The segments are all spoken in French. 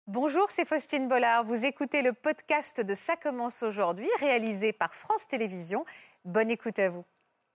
Bonjour, c'est Faustine Bollard. Vous écoutez le podcast de Ça commence aujourd'hui, réalisé par France Télévisions. Bonne écoute à vous.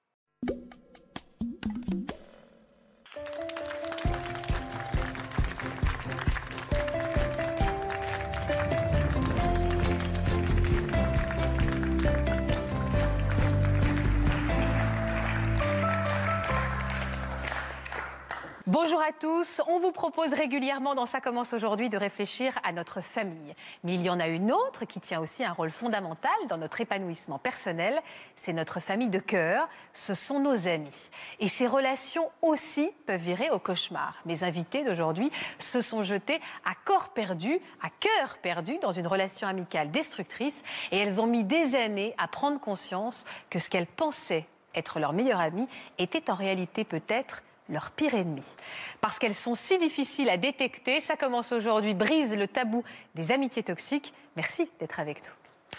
Bonjour à tous. On vous propose régulièrement dans Ça commence aujourd'hui de réfléchir à notre famille. Mais il y en a une autre qui tient aussi un rôle fondamental dans notre épanouissement personnel. C'est notre famille de cœur, ce sont nos amis. Et ces relations aussi peuvent virer au cauchemar. Mes invités d'aujourd'hui se sont jetés à cœur perdu dans une relation amicale destructrice. Et elles ont mis des années à prendre conscience que ce qu'elles pensaient être leur meilleure amie était en réalité peut-être leur pire ennemi. Parce qu'elles sont si difficiles à détecter, Ça commence aujourd'hui brise le tabou des amitiés toxiques. Merci d'être avec nous.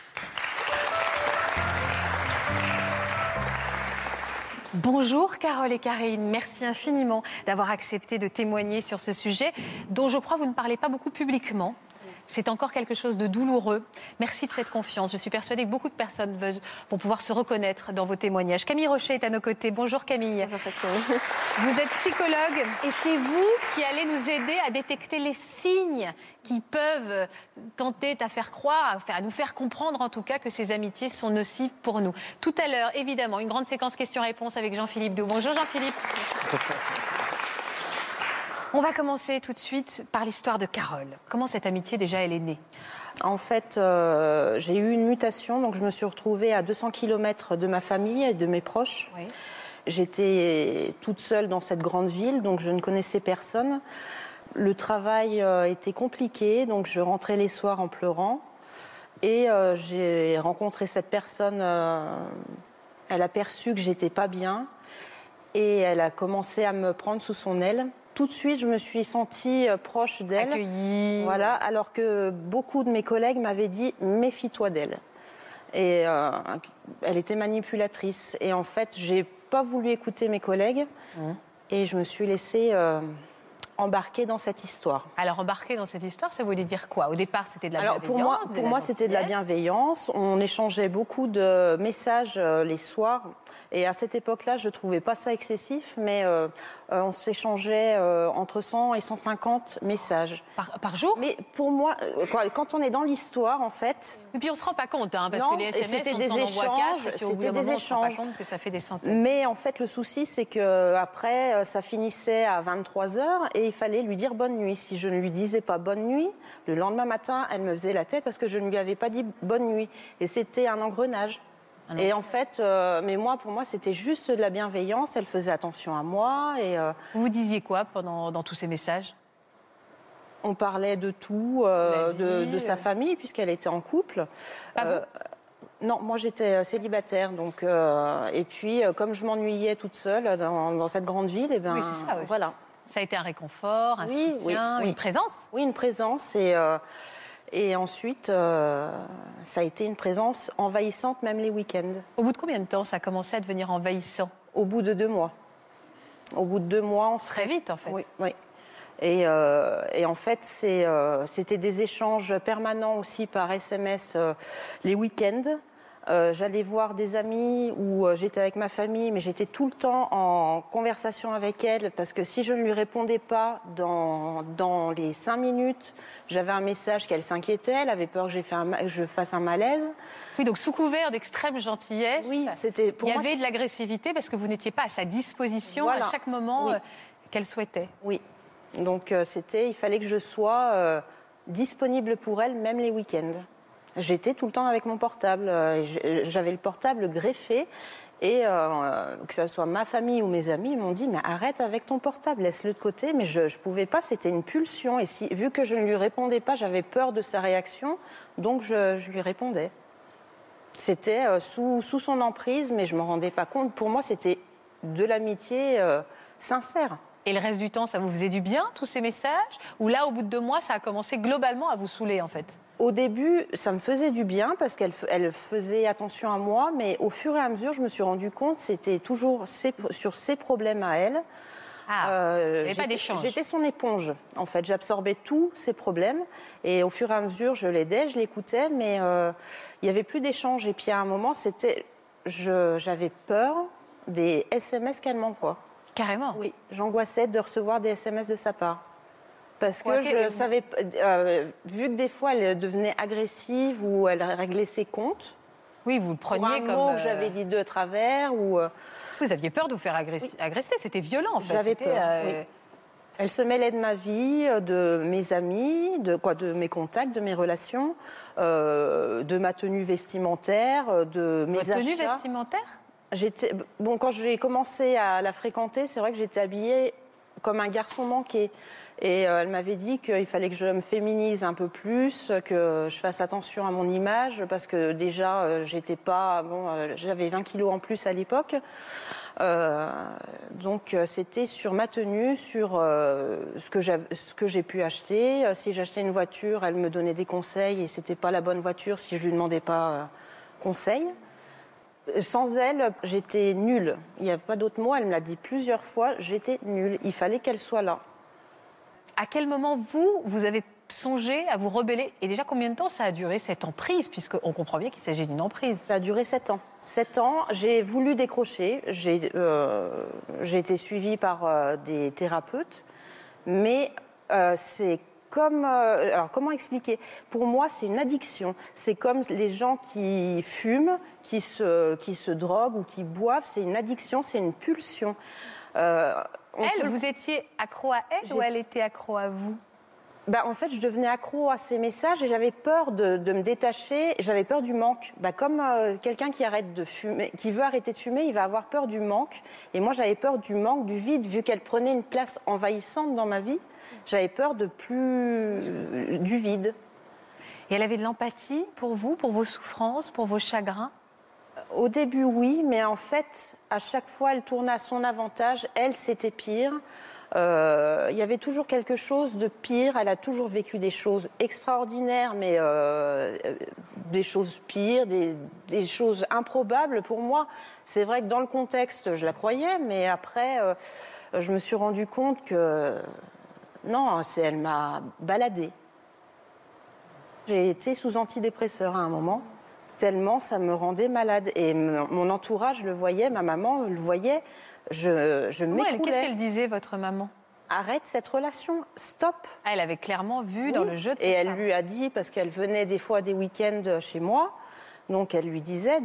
Bonjour Carole et Karine, merci infiniment d'avoir accepté de témoigner sur ce sujet dont je crois vous ne parlez pas beaucoup publiquement. C'est encore quelque chose de douloureux. Merci de cette confiance. Je suis persuadée que beaucoup de personnes vont pouvoir se reconnaître dans vos témoignages. Camille Rocher est à nos côtés. Bonjour Camille. Bonjour. Vous êtes psychologue et c'est vous qui allez nous aider à détecter les signes qui peuvent tenter à faire croire, à nous faire comprendre en tout cas que ces amitiés sont nocives pour nous. Tout à l'heure, évidemment, une grande séquence questions-réponses avec Jean-Philippe Doux. Bonjour Jean-Philippe. On va commencer tout de suite par l'histoire de Carole. Comment cette amitié, déjà, elle est née ? En fait, j'ai eu une mutation, donc je me suis retrouvée à 200 km de ma famille et de mes proches. Oui. J'étais toute seule dans cette grande ville, donc je ne connaissais personne. Le travail était compliqué, donc je rentrais les soirs en pleurant. Et j'ai rencontré cette personne, elle a perçu que j'étais pas bien et elle a commencé à me prendre sous son aile. Tout de suite, je me suis sentie proche d'elle. Accueillie. Voilà, alors que beaucoup de mes collègues m'avaient dit « méfie-toi d'elle ». Et elle était manipulatrice. Et en fait, j'ai pas voulu écouter mes collègues et je me suis laissée embarquer dans cette histoire. Alors, embarquer dans cette histoire, ça voulait dire quoi ? Au départ, c'était de la bienveillance. Pour moi, c'était de la bienveillance. On échangeait beaucoup de messages les soirs. Et à cette époque-là, je ne trouvais pas ça excessif, mais on s'échangeait entre 100 et 150 messages. Par jour ? Mais pour moi, quand on est dans l'histoire, en fait... Et puis on ne se rend pas compte, parce que les SMS, c'était on des s'en envoie 4, échanges, et puis au bout d'un moment, on ne se rend pas compte que ça fait des centaines. Mais en fait, le souci, c'est qu'après, ça finissait à 23h et il fallait lui dire bonne nuit. Si je ne lui disais pas bonne nuit, le lendemain matin, elle me faisait la tête parce que je ne lui avais pas dit bonne nuit. Et c'était un engrenage. Et en fait, pour moi, c'était juste de la bienveillance. Elle faisait attention à moi. Et, vous disiez quoi dans tous ces messages ? On parlait de tout, de sa famille, puisqu'elle était en couple. Non, moi j'étais célibataire. Donc, et puis, comme je m'ennuyais toute seule dans cette grande ville, et oui, c'est ça aussi. Voilà. Ça a été un réconfort, un soutien, une présence ? Oui, une présence. Et ensuite, ça a été une présence envahissante, même les week-ends. Au bout de combien de temps ça a commencé à devenir envahissant ? Au bout de 2 mois. Au bout de 2 mois, on Très vite, en fait. Oui. Et en fait, c'était des échanges permanents aussi par SMS les week-ends. J'allais voir des amis où j'étais avec ma famille, mais j'étais tout le temps en conversation avec elle parce que si je ne lui répondais pas dans les 5 minutes, j'avais un message qu'elle s'inquiétait, elle avait peur que je fasse un malaise. Oui, donc sous couvert d'extrême gentillesse, oui, il y avait de l'agressivité parce que vous n'étiez pas à sa disposition à chaque moment qu'elle souhaitait. Oui, donc il fallait que je sois disponible pour elle, même les week-ends. J'étais tout le temps avec mon portable. J'avais le portable greffé. Et que ce soit ma famille ou mes amis, ils m'ont dit « Mais arrête avec ton portable, laisse-le de côté. » Mais je ne pouvais pas, c'était une pulsion. Et vu que je ne lui répondais pas, j'avais peur de sa réaction. Donc je lui répondais. C'était sous son emprise, mais je ne me rendais pas compte. Pour moi, c'était de l'amitié sincère. Et le reste du temps, ça vous faisait du bien, tous ces messages ? Ou là, au bout de 2 mois, ça a commencé globalement à vous saouler, en fait ? Au début, ça me faisait du bien parce qu'elle faisait attention à moi, mais au fur et à mesure, je me suis rendu compte que c'était toujours sur ses problèmes à elle. Il n'y avait pas d'échange. J'étais son éponge, en fait. J'absorbais tous ses problèmes. Et au fur et à mesure, je l'aidais, je l'écoutais, mais il n'y avait plus d'échange. Et puis à un moment, j'avais peur des SMS qu'elle m'envoie. Carrément. Oui, j'angoissais de recevoir des SMS de sa part. Parce que je savais, vu que des fois elle devenait agressive ou elle réglait ses comptes. Oui, vous le preniez pour un comme. mot que j'avais dit de travers ou. Vous aviez peur de vous faire agresser, c'était violent en fait. J'avais peur. Oui. Elle se mêlait de ma vie, de mes amis, de mes contacts, de mes relations, de ma tenue vestimentaire, de mes achats. Votre tenue vestimentaire ? Quand j'ai commencé à la fréquenter, c'est vrai que j'étais habillée comme un garçon manqué. Et elle m'avait dit qu'il fallait que je me féminise un peu plus, que je fasse attention à mon image, parce que déjà, j'étais pas... j'avais 20 kilos en plus à l'époque. Donc, c'était sur ma tenue, sur ce que j'ai pu acheter. Si j'achetais une voiture, elle me donnait des conseils et c'était pas la bonne voiture si je lui demandais pas conseil. Sans elle, j'étais nulle. Il n'y a pas d'autre mot. Elle me l'a dit plusieurs fois. J'étais nulle. Il fallait qu'elle soit là. À quel moment, vous avez songé à vous rebeller? Et déjà, combien de temps ça a duré, cette emprise? Puisqu'on comprend bien qu'il s'agit d'une emprise. Ça a duré 7 ans. 7 ans, j'ai voulu décrocher. J'ai été suivie par des thérapeutes. Mais c'est comme... alors, comment expliquer? Pour moi, c'est une addiction. C'est comme les gens qui fument, qui se droguent ou qui boivent. C'est une addiction, c'est une pulsion. Vous étiez accro à elle ou elle était accro à vous? En fait, je devenais accro à ces messages et j'avais peur de me détacher. J'avais peur du manque. Comme quelqu'un qui arrête de fumer, qui veut arrêter de fumer, il va avoir peur du manque. Et moi, j'avais peur du manque, du vide, vu qu'elle prenait une place envahissante dans ma vie. J'avais peur du vide. Et elle avait de l'empathie pour vous, pour vos souffrances, pour vos chagrins? Au début, oui, mais en fait, à chaque fois, elle tournait à son avantage. Elle, c'était pire. Il y avait toujours quelque chose de pire. Elle a toujours vécu des choses extraordinaires, mais des choses pires, des choses improbables pour moi. C'est vrai que dans le contexte, je la croyais, mais après, je me suis rendu compte que non, elle m'a baladée. J'ai été sous antidépresseur à un moment, tellement ça me rendait malade. Et mon entourage le voyait, ma maman le voyait. Je m'écroulais. Qu'est-ce qu'elle disait, votre maman? Arrête cette relation, stop. Elle avait clairement vu dans le jeu de et elle lui a dit, parce qu'elle venait des fois des week-ends chez moi, donc elle lui disait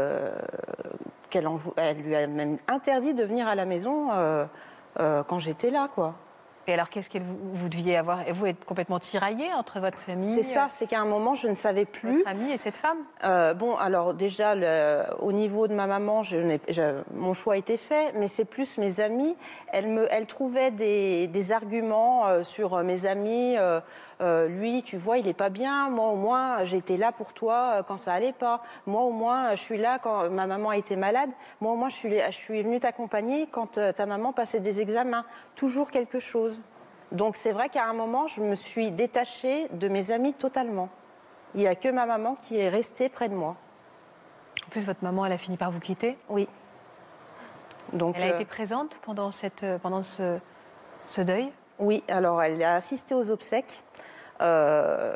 elle lui a même interdit de venir à la maison quand j'étais là, quoi. Et alors, qu'est-ce que vous deviez avoir? Vous êtes complètement tiraillée entre votre famille? C'est ça, c'est qu'à un moment, je ne savais plus. Votre amie et cette femme? Alors déjà, au niveau de ma maman, mon choix était fait, mais c'est plus mes amis. Elle trouvait des arguments sur mes amis. Lui, tu vois, il n'est pas bien. Moi, au moins, j'étais là pour toi quand ça allait pas. Moi, au moins, je suis là quand ma maman était malade. Moi, au moins, je suis venue t'accompagner quand ta maman passait des examens. Toujours quelque chose. Donc c'est vrai qu'à un moment, je me suis détachée de mes amis totalement. Il n'y a que ma maman qui est restée près de moi. En plus, votre maman, elle a fini par vous quitter? Oui. Donc, elle a été présente pendant ce deuil? Oui, alors elle a assisté aux obsèques. En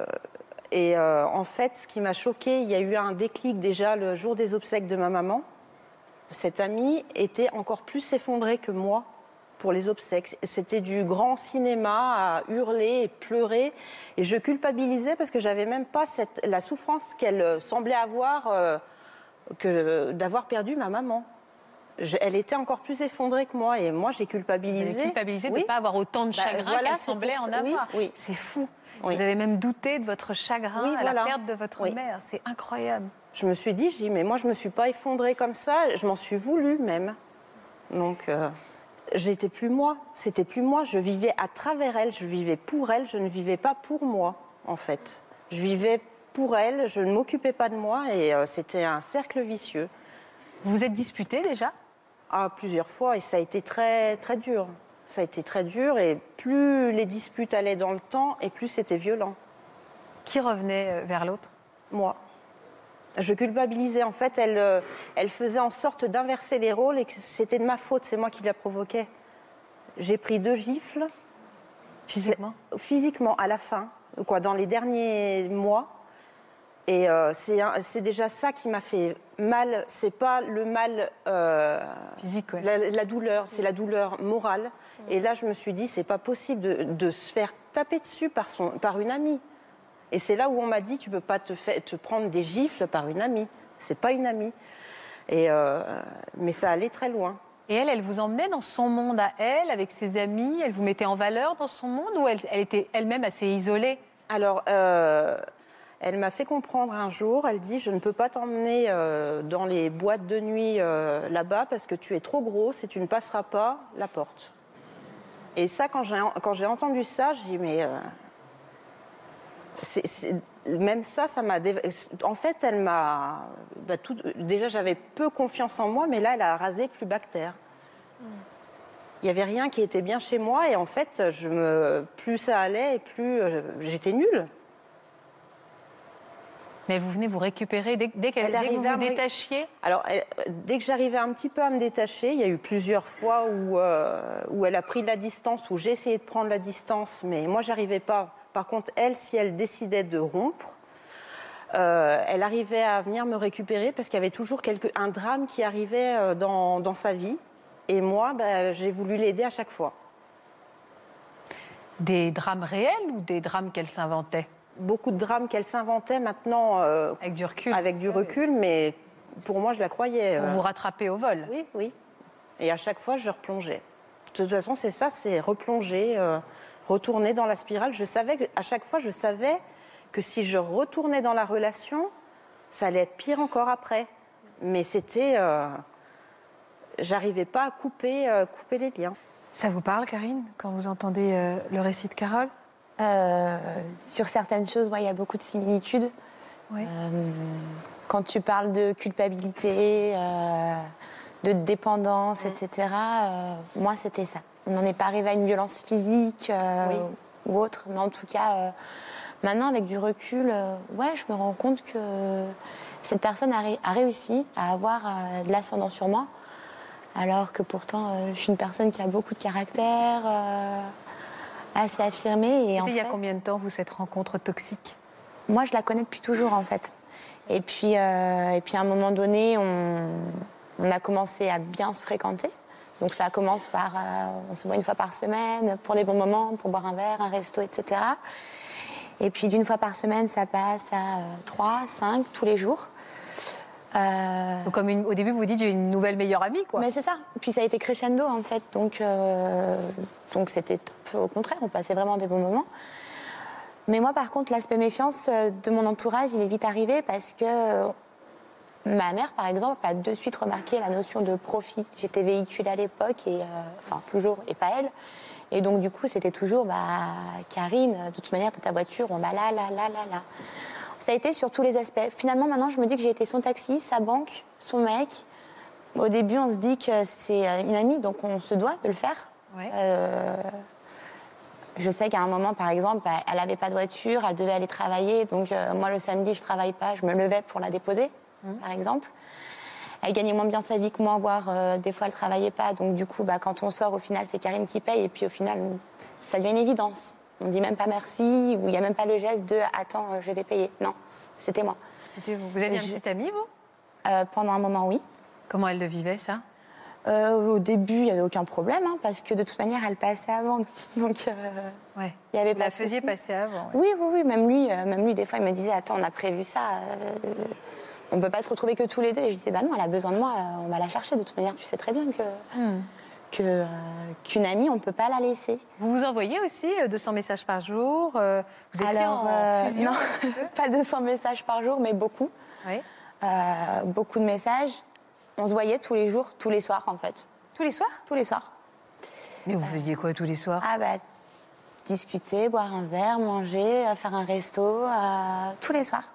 fait, ce qui m'a choquée, il y a eu un déclic déjà le jour des obsèques de ma maman. Cette amie était encore plus effondrée que moi pour les obsèques. C'était du grand cinéma à hurler et pleurer. Et je culpabilisais parce que j'avais même pas la souffrance qu'elle semblait avoir d'avoir perdu ma maman. Elle était encore plus effondrée que moi et moi j'ai culpabilisé. Vous avez culpabilisé de ne pas avoir autant de chagrin qu'elle semblait en avoir. Oui. C'est fou. Oui. Vous avez même douté de votre chagrin à la perte de votre mère. C'est incroyable. Je me suis dit, mais moi je ne me suis pas effondrée comme ça, je m'en suis voulu même. Donc j'étais plus moi, c'était plus moi, je vivais à travers elle, je vivais pour elle, je ne vivais pas pour moi en fait. Je vivais pour elle, je ne m'occupais pas de moi et c'était un cercle vicieux. Vous vous êtes disputée déjà? Plusieurs fois et ça a été très, très dur. Ça a été très dur et plus les disputes allaient dans le temps et plus c'était violent. Qui revenait vers l'autre? Moi. Je culpabilisais. En fait, elle faisait en sorte d'inverser les rôles et que c'était de ma faute, c'est moi qui la provoquais. J'ai pris 2 gifles. Physiquement? Physiquement, à la fin, dans les derniers mois. Et c'est déjà ça qui m'a fait mal. C'est pas le mal physique, ouais. la douleur, c'est la douleur morale. Et là, je me suis dit, c'est pas possible de se faire taper dessus par une amie. Et c'est là où on m'a dit, tu peux pas te prendre des gifles par une amie. C'est pas une amie. Mais ça allait très loin. Et elle vous emmenait dans son monde à elle, avec ses amis? Elle vous mettait en valeur dans son monde ou elle était elle-même assez isolée? Alors, elle m'a fait comprendre un jour, elle dit, je ne peux pas t'emmener dans les boîtes de nuit là-bas parce que tu es trop grosse et tu ne passeras pas la porte. Et ça, quand j'ai entendu ça, je dis, mais... même ça m'a... En fait, elle m'a... Déjà, j'avais peu confiance en moi, mais là, elle a rasé plus bas que terre. Il n'y avait rien qui était bien chez moi et en fait, plus ça allait et plus j'étais nulle. Mais elle vous venait vous récupérer dès que vous vous détachiez? Alors, dès que j'arrivais un petit peu à me détacher, il y a eu plusieurs fois où elle a pris de la distance, où j'ai essayé de prendre la distance, mais moi, j'arrivais pas. Par contre, elle, si elle décidait de rompre, elle arrivait à venir me récupérer parce qu'il y avait toujours un drame qui arrivait dans sa vie. Et moi, j'ai voulu l'aider à chaque fois. Des drames réels ou des drames qu'elle s'inventait? Beaucoup de drames qu'elle s'inventait maintenant. Avec du recul. Avec du recul, mais pour moi, je la croyais. Pour vous rattraper au vol? Oui, oui. Et à chaque fois, je replongeais. De toute façon, c'est ça, c'est replonger, retourner dans la spirale. À chaque fois, je savais que si je retournais dans la relation, ça allait être pire encore après. Mais c'était... j'arrivais pas à couper les liens. Ça vous parle, Karine, quand vous entendez le récit de Carole? Sur certaines choses, il y a beaucoup de similitudes. Ouais. Quand tu parles de culpabilité, de dépendance, etc., moi, c'était ça. On n'en est pas arrivé à une violence physique ou autre, mais en tout cas, maintenant, avec du recul, je me rends compte que cette personne a réussi à avoir de l'ascendant sur moi, alors que pourtant, je suis une personne qui a beaucoup de caractère, assez affirmée. C'était il y a combien de temps, vous, cette rencontre toxique? Moi, je la connais depuis toujours, en fait. Et puis à un moment donné, on a commencé à bien se fréquenter. Donc ça commence par, on se voit une fois par semaine, pour les bons moments, pour boire un verre, un resto, etc. Et puis d'une fois par semaine, ça passe à 3, 5, tous les jours. Donc comme au début, vous dites, j'ai une nouvelle meilleure amie, quoi. Mais c'est ça. Puis ça a été crescendo, en fait. Donc c'était top. Au contraire, on passait vraiment des bons moments. Mais moi, par contre, l'aspect méfiance de mon entourage, il est vite arrivé parce que ma mère, par exemple, a de suite remarqué la notion de profit. J'étais véhiculée à l'époque, toujours, et pas elle. Et donc, du coup, c'était toujours, Karine, de toute manière, t'as ta voiture, on va là. Ça a été sur tous les aspects. Finalement, maintenant, je me dis que j'ai été son taxi, sa banque, son mec. Au début, on se dit que c'est une amie, donc on se doit de le faire. Ouais. Je sais qu'à un moment, par exemple, elle n'avait pas de voiture, elle devait aller travailler. Donc, moi, le samedi, je ne travaille pas, je me levais pour la déposer, par exemple. Elle gagnait moins bien sa vie que moi, voire des fois, elle ne travaillait pas. Donc, du coup, quand on sort, au final, c'est Karine qui paye. Et puis, au final, ça devient une évidence. On ne dit même pas merci, ou il n'y a même pas le geste de « attends, je vais payer ». Non, c'était moi. C'était vous. Vous aviez une petite amie, vous? Pendant un moment, oui. Comment elle le vivait, ça? Au début, il n'y avait aucun problème, parce que de toute manière, elle passait avant. Donc, ouais. Il y avait vous pas la de faisiez souci. passer avant. Ouais. Oui. Même lui, des fois, il me disait « Attends, on a prévu ça. On ne peut pas se retrouver que tous les deux. » Et je disais « non, elle a besoin de moi. On va la chercher. De toute manière, tu sais très bien qu'une amie, on ne peut pas la laisser. » Vous vous envoyez aussi 200 messages par jour? Vous étiez en fusion? Non, pas 200 messages par jour, mais beaucoup. Oui. Beaucoup de messages. On se voyait tous les jours, tous les soirs, en fait. Tous les soirs? Tous les soirs. Mais vous faisiez quoi tous les soirs? Discuter, boire un verre, manger, faire un resto, tous les soirs.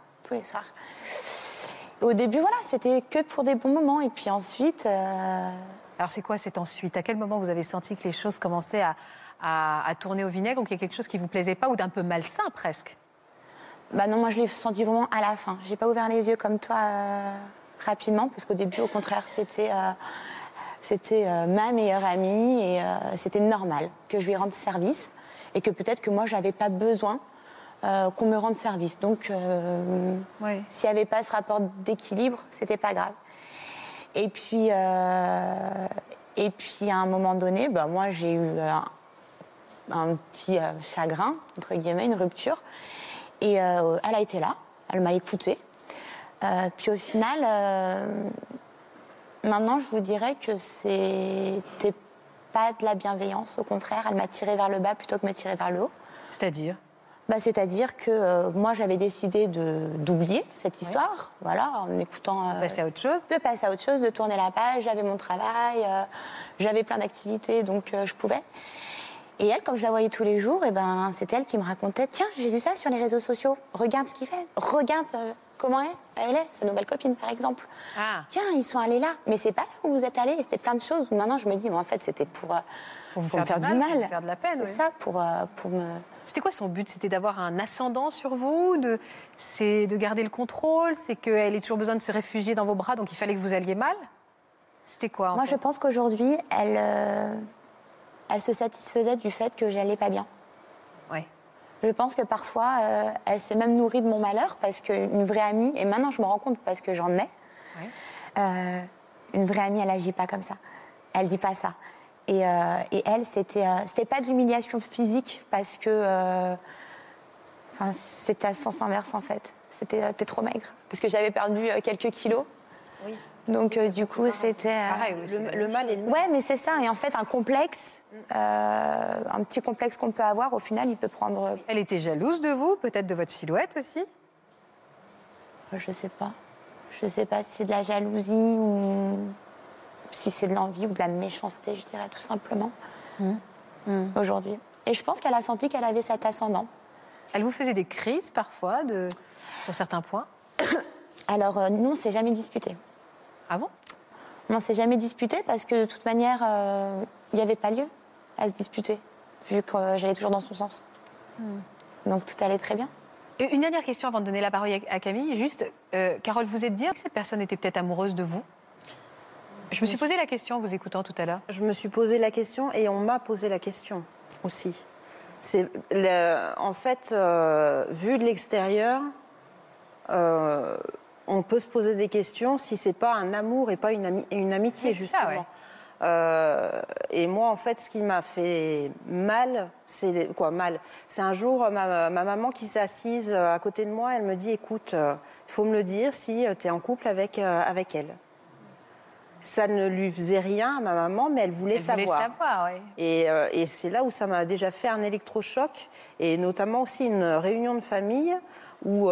Au début, c'était que pour des bons moments. Et puis ensuite... Alors c'est quoi cet ensuite? À quel moment vous avez senti que les choses commençaient à tourner au vinaigre, ou qu'il y a quelque chose qui ne vous plaisait pas, ou d'un peu malsain presque? Non, moi je l'ai senti vraiment à la fin. J'ai pas ouvert les yeux comme toi rapidement, parce qu'au début, au contraire, c'était C'était ma meilleure amie et c'était normal que je lui rende service et que peut-être que moi, je n'avais pas besoin qu'on me rende service. Donc, s'il n'y avait pas ce rapport d'équilibre, c'était pas grave. Et puis à un moment donné, moi, j'ai eu un petit chagrin, entre guillemets, une rupture. Et elle a été là, elle m'a écoutée. Puis au final, maintenant, je vous dirais que c'était pas de la bienveillance, au contraire, elle m'a tirée vers le bas plutôt que me tirer vers le haut. C'est-à-dire ? C'est-à-dire que moi, j'avais décidé d'oublier cette histoire, voilà, en écoutant... passer à autre chose ? De passer à autre chose, de tourner la page, j'avais mon travail, j'avais plein d'activités, donc je pouvais. Et elle, comme je la voyais tous les jours, c'était elle qui me racontait « Tiens, j'ai vu ça sur les réseaux sociaux, regarde ce qu'il fait, regarde comment elle est, sa nouvelle copine, par exemple. Tiens, ils sont allés là, mais c'est pas là où vous êtes allés, c'était plein de choses. Maintenant, je me dis, mais en fait, c'était pour me faire du mal. Pour vous faire de la peine, c'est ça, pour me... C'était quoi son but ? C'était d'avoir un ascendant sur vous, c'est de garder le contrôle, c'est qu'elle ait toujours besoin de se réfugier dans vos bras, donc il fallait que vous alliez mal ? C'était quoi Moi, je pense qu'aujourd'hui, elle se satisfaisait du fait que j'allais pas bien. Ouais. Je pense que parfois, elle s'est même nourrie de mon malheur, parce qu'une vraie amie, et maintenant je me rends compte parce que j'en ai, une vraie amie, elle agit pas comme ça. Elle dit pas ça. Et elle, c'était pas de l'humiliation physique, parce que c'était à sens inverse en fait. T'es trop maigre, parce que j'avais perdu quelques kilos. Oui. Donc du coup, c'était... Pareil, le mal est le mal. Ouais, mais c'est ça. Et en fait, un complexe, un petit complexe qu'on peut avoir, au final, il peut prendre... Elle était jalouse de vous, peut-être de votre silhouette aussi ? Je sais pas. Je sais pas si c'est de la jalousie ou si c'est de l'envie ou de la méchanceté, je dirais, tout simplement, aujourd'hui. Et je pense qu'elle a senti qu'elle avait cet ascendant. Elle vous faisait des crises, parfois, sur certains points ? Alors, nous, on s'est jamais disputé. Ah bon ? On s'est jamais disputé parce que, de toute manière, il n'y avait pas lieu à se disputer, vu que j'allais toujours dans son sens. Donc, tout allait très bien. Et une dernière question avant de donner la parole à Camille. Juste, Carole, vous êtes dit que cette personne était peut-être amoureuse de vous ? Je me suis posé la question en vous écoutant tout à l'heure. Je me suis posé la question et on m'a posé la question aussi. En fait, vu de l'extérieur, on peut se poser des questions si c'est pas un amour et pas une amitié, oui, justement. Ça, ouais. Et moi, en fait, ce qui m'a fait mal, c'est un jour, ma maman qui s'est assise à côté de moi, elle me dit, écoute, il faut me le dire si tu es en couple avec elle. Ça ne lui faisait rien à ma maman, mais elle voulait savoir. Oui. Et c'est là où ça m'a déjà fait un électrochoc, et notamment aussi une réunion de famille où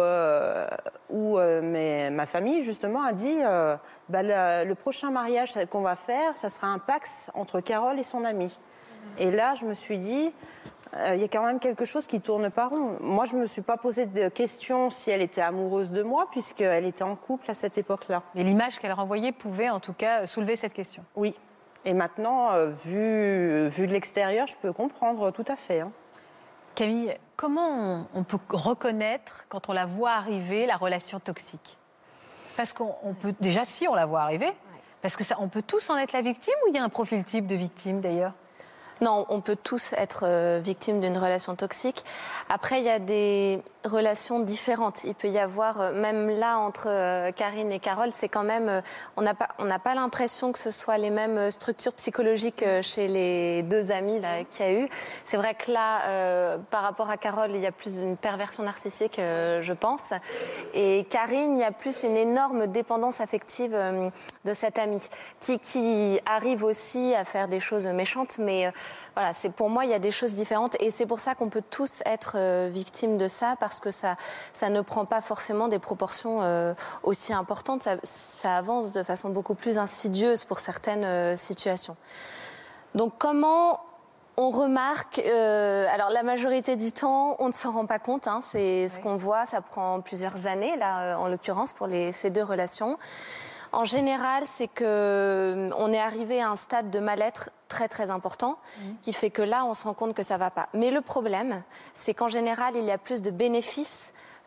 ma famille, justement, a dit le prochain mariage qu'on va faire, ça sera un pax entre Carole et son amie. Et là, je me suis dit, il y a quand même quelque chose qui tourne pas rond. Moi, je ne me suis pas posé de question si elle était amoureuse de moi, puisqu'elle était en couple à cette époque-là. Mais l'image qu'elle renvoyait pouvait, en tout cas, soulever cette question. Oui. Et maintenant, vu de l'extérieur, je peux comprendre tout à fait. Hein. Camille, comment on peut reconnaître, quand on la voit arriver, la relation toxique ? Parce qu'on peut... Déjà, si on la voit arriver, parce que on peut tous en être la victime, ou il y a un profil type de victime, d'ailleurs ? Non, on peut tous être victimes d'une relation toxique. Après, il y a des relations différentes. Il peut y avoir, même là, entre Karine et Carole, c'est quand même... on n'a pas l'impression que ce soit les mêmes structures psychologiques chez les deux amis là, qu'il y a eu. C'est vrai que là, par rapport à Carole, il y a plus une perversion narcissique, je pense. Et Karine, il y a plus une énorme dépendance affective de cette amie, qui arrive aussi à faire des choses méchantes, mais... Voilà, pour moi, il y a des choses différentes et c'est pour ça qu'on peut tous être victimes de ça parce que ça ne prend pas forcément des proportions aussi importantes. Ça avance de façon beaucoup plus insidieuse pour certaines situations. Donc, comment on remarque alors, la majorité du temps, on ne s'en rend pas compte. Hein, c'est ce qu'on voit, ça prend plusieurs années, là, en l'occurrence, pour ces deux relations. En général, c'est qu'on est arrivé à un stade de mal-être très très important qui fait que là, on se rend compte que ça ne va pas. Mais le problème, c'est qu'en général, il y a plus de bénéfices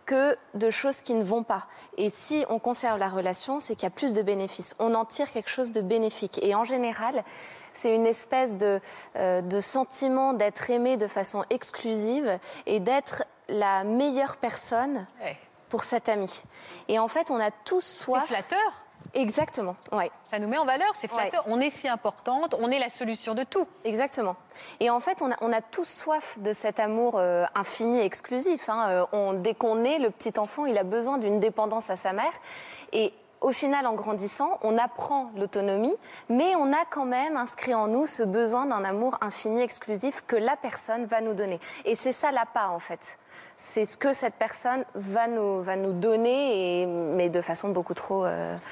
que de choses qui ne vont pas. Et si on conserve la relation, c'est qu'il y a plus de bénéfices. On en tire quelque chose de bénéfique. Et en général, c'est une espèce de sentiment d'être aimé de façon exclusive et d'être la meilleure personne pour cet ami. Et en fait, on a tous soif... C'est flatteur. Exactement, ouais. Ça nous met en valeur, c'est flatteur. Ouais. On est si importante, on est la solution de tout. Exactement. Et en fait, on a tous soif de cet amour infini, exclusif. Hein. Dès qu'on est, le petit enfant, il a besoin d'une dépendance à sa mère. Et au final, en grandissant, on apprend l'autonomie, mais on a quand même inscrit en nous ce besoin d'un amour infini, exclusif que la personne va nous donner. Et c'est ça l'appât, en fait. C'est ce que cette personne va nous donner, mais de façon beaucoup trop...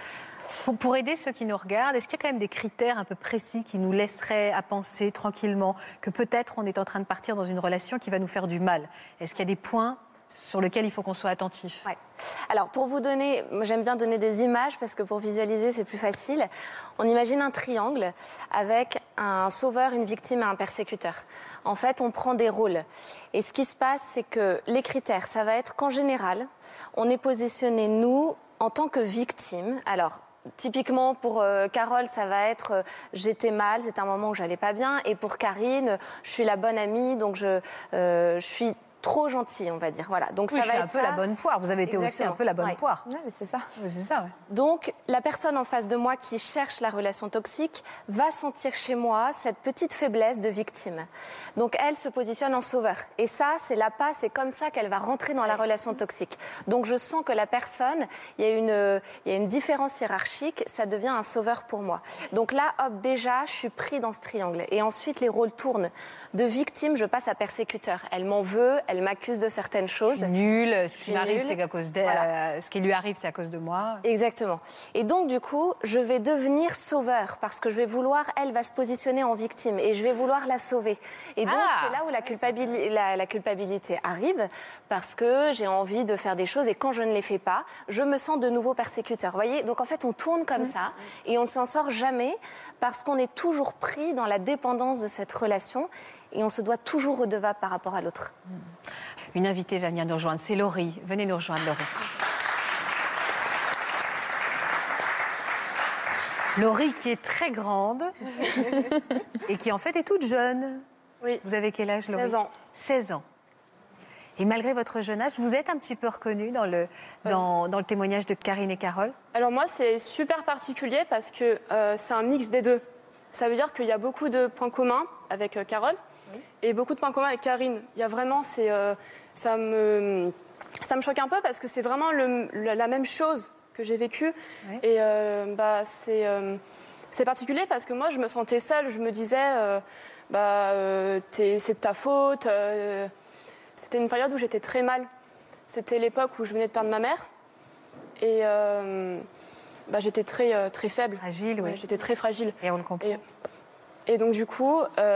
Pour aider ceux qui nous regardent, est-ce qu'il y a quand même des critères un peu précis qui nous laisseraient à penser tranquillement que peut-être on est en train de partir dans une relation qui va nous faire du mal? Est-ce qu'il y a des points sur lesquels il faut qu'on soit attentif? Ouais. Alors, pour vous donner, j'aime bien donner des images parce que pour visualiser, c'est plus facile. On imagine un triangle avec un sauveur, une victime et un persécuteur. En fait, on prend des rôles. Et ce qui se passe, c'est que les critères, ça va être qu'en général, on est positionné, nous, en tant que victime. Alors, typiquement, pour Carole, ça va être j'étais mal, c'était un moment où j'allais pas bien. Et pour Karine, je suis la bonne amie, donc je suis trop gentille, on va dire. Voilà. Donc oui, ça va être un peu la bonne poire. Vous avez été Exactement. aussi un peu la bonne poire. Ouais, mais c'est ça. Oui, c'est ça, ouais. Donc, la personne en face de moi qui cherche la relation toxique va sentir chez moi cette petite faiblesse de victime. Donc, elle se positionne en sauveur. Et ça, c'est l'appât, c'est comme ça qu'elle va rentrer dans la relation toxique. Donc, je sens que la personne, il y a une différence hiérarchique, ça devient un sauveur pour moi. Donc là, hop, déjà, je suis pris dans ce triangle. Et ensuite, les rôles tournent. De victime, je passe à persécuteur. Elle m'en veut, elle m'accuse de certaines choses. Nul, ce qui m'arrive, c'est à cause d'elle. Voilà. Ce qui lui arrive, c'est à cause de moi. Exactement. Et donc, du coup, je vais devenir sauveur parce que je vais vouloir, elle va se positionner en victime et je vais vouloir la sauver. Et donc, c'est là où la culpabilité arrive parce que j'ai envie de faire des choses et quand je ne les fais pas, je me sens de nouveau persécuteur. Vous voyez ? Donc, en fait, on tourne comme ça et on ne s'en sort jamais parce qu'on est toujours pris dans la dépendance de cette relation. Et on se doit toujours redevable par rapport à l'autre. Une invitée va venir nous rejoindre, c'est Laurie. Venez nous rejoindre, Laurie. Laurie qui est très grande et qui en fait est toute jeune. Oui. Vous avez quel âge, Laurie? 16 ans. 16 ans. Et malgré votre jeune âge, vous êtes un petit peu reconnue dans le témoignage de Karine et Carole? Alors moi, c'est super particulier parce que c'est un mix des deux. Ça veut dire qu'il y a beaucoup de points communs avec Carole. Et beaucoup de points communs avec Karine. Il y a vraiment, ça me choque un peu parce que c'est vraiment la même chose que j'ai vécue. Oui. Et c'est particulier parce que moi, je me sentais seule. Je me disais, c'est de ta faute. C'était une période où j'étais très mal. C'était l'époque où je venais de perdre ma mère. Et j'étais très, très faible. Fragile, oui. J'étais très fragile. Et on le comprend. Et donc, du coup...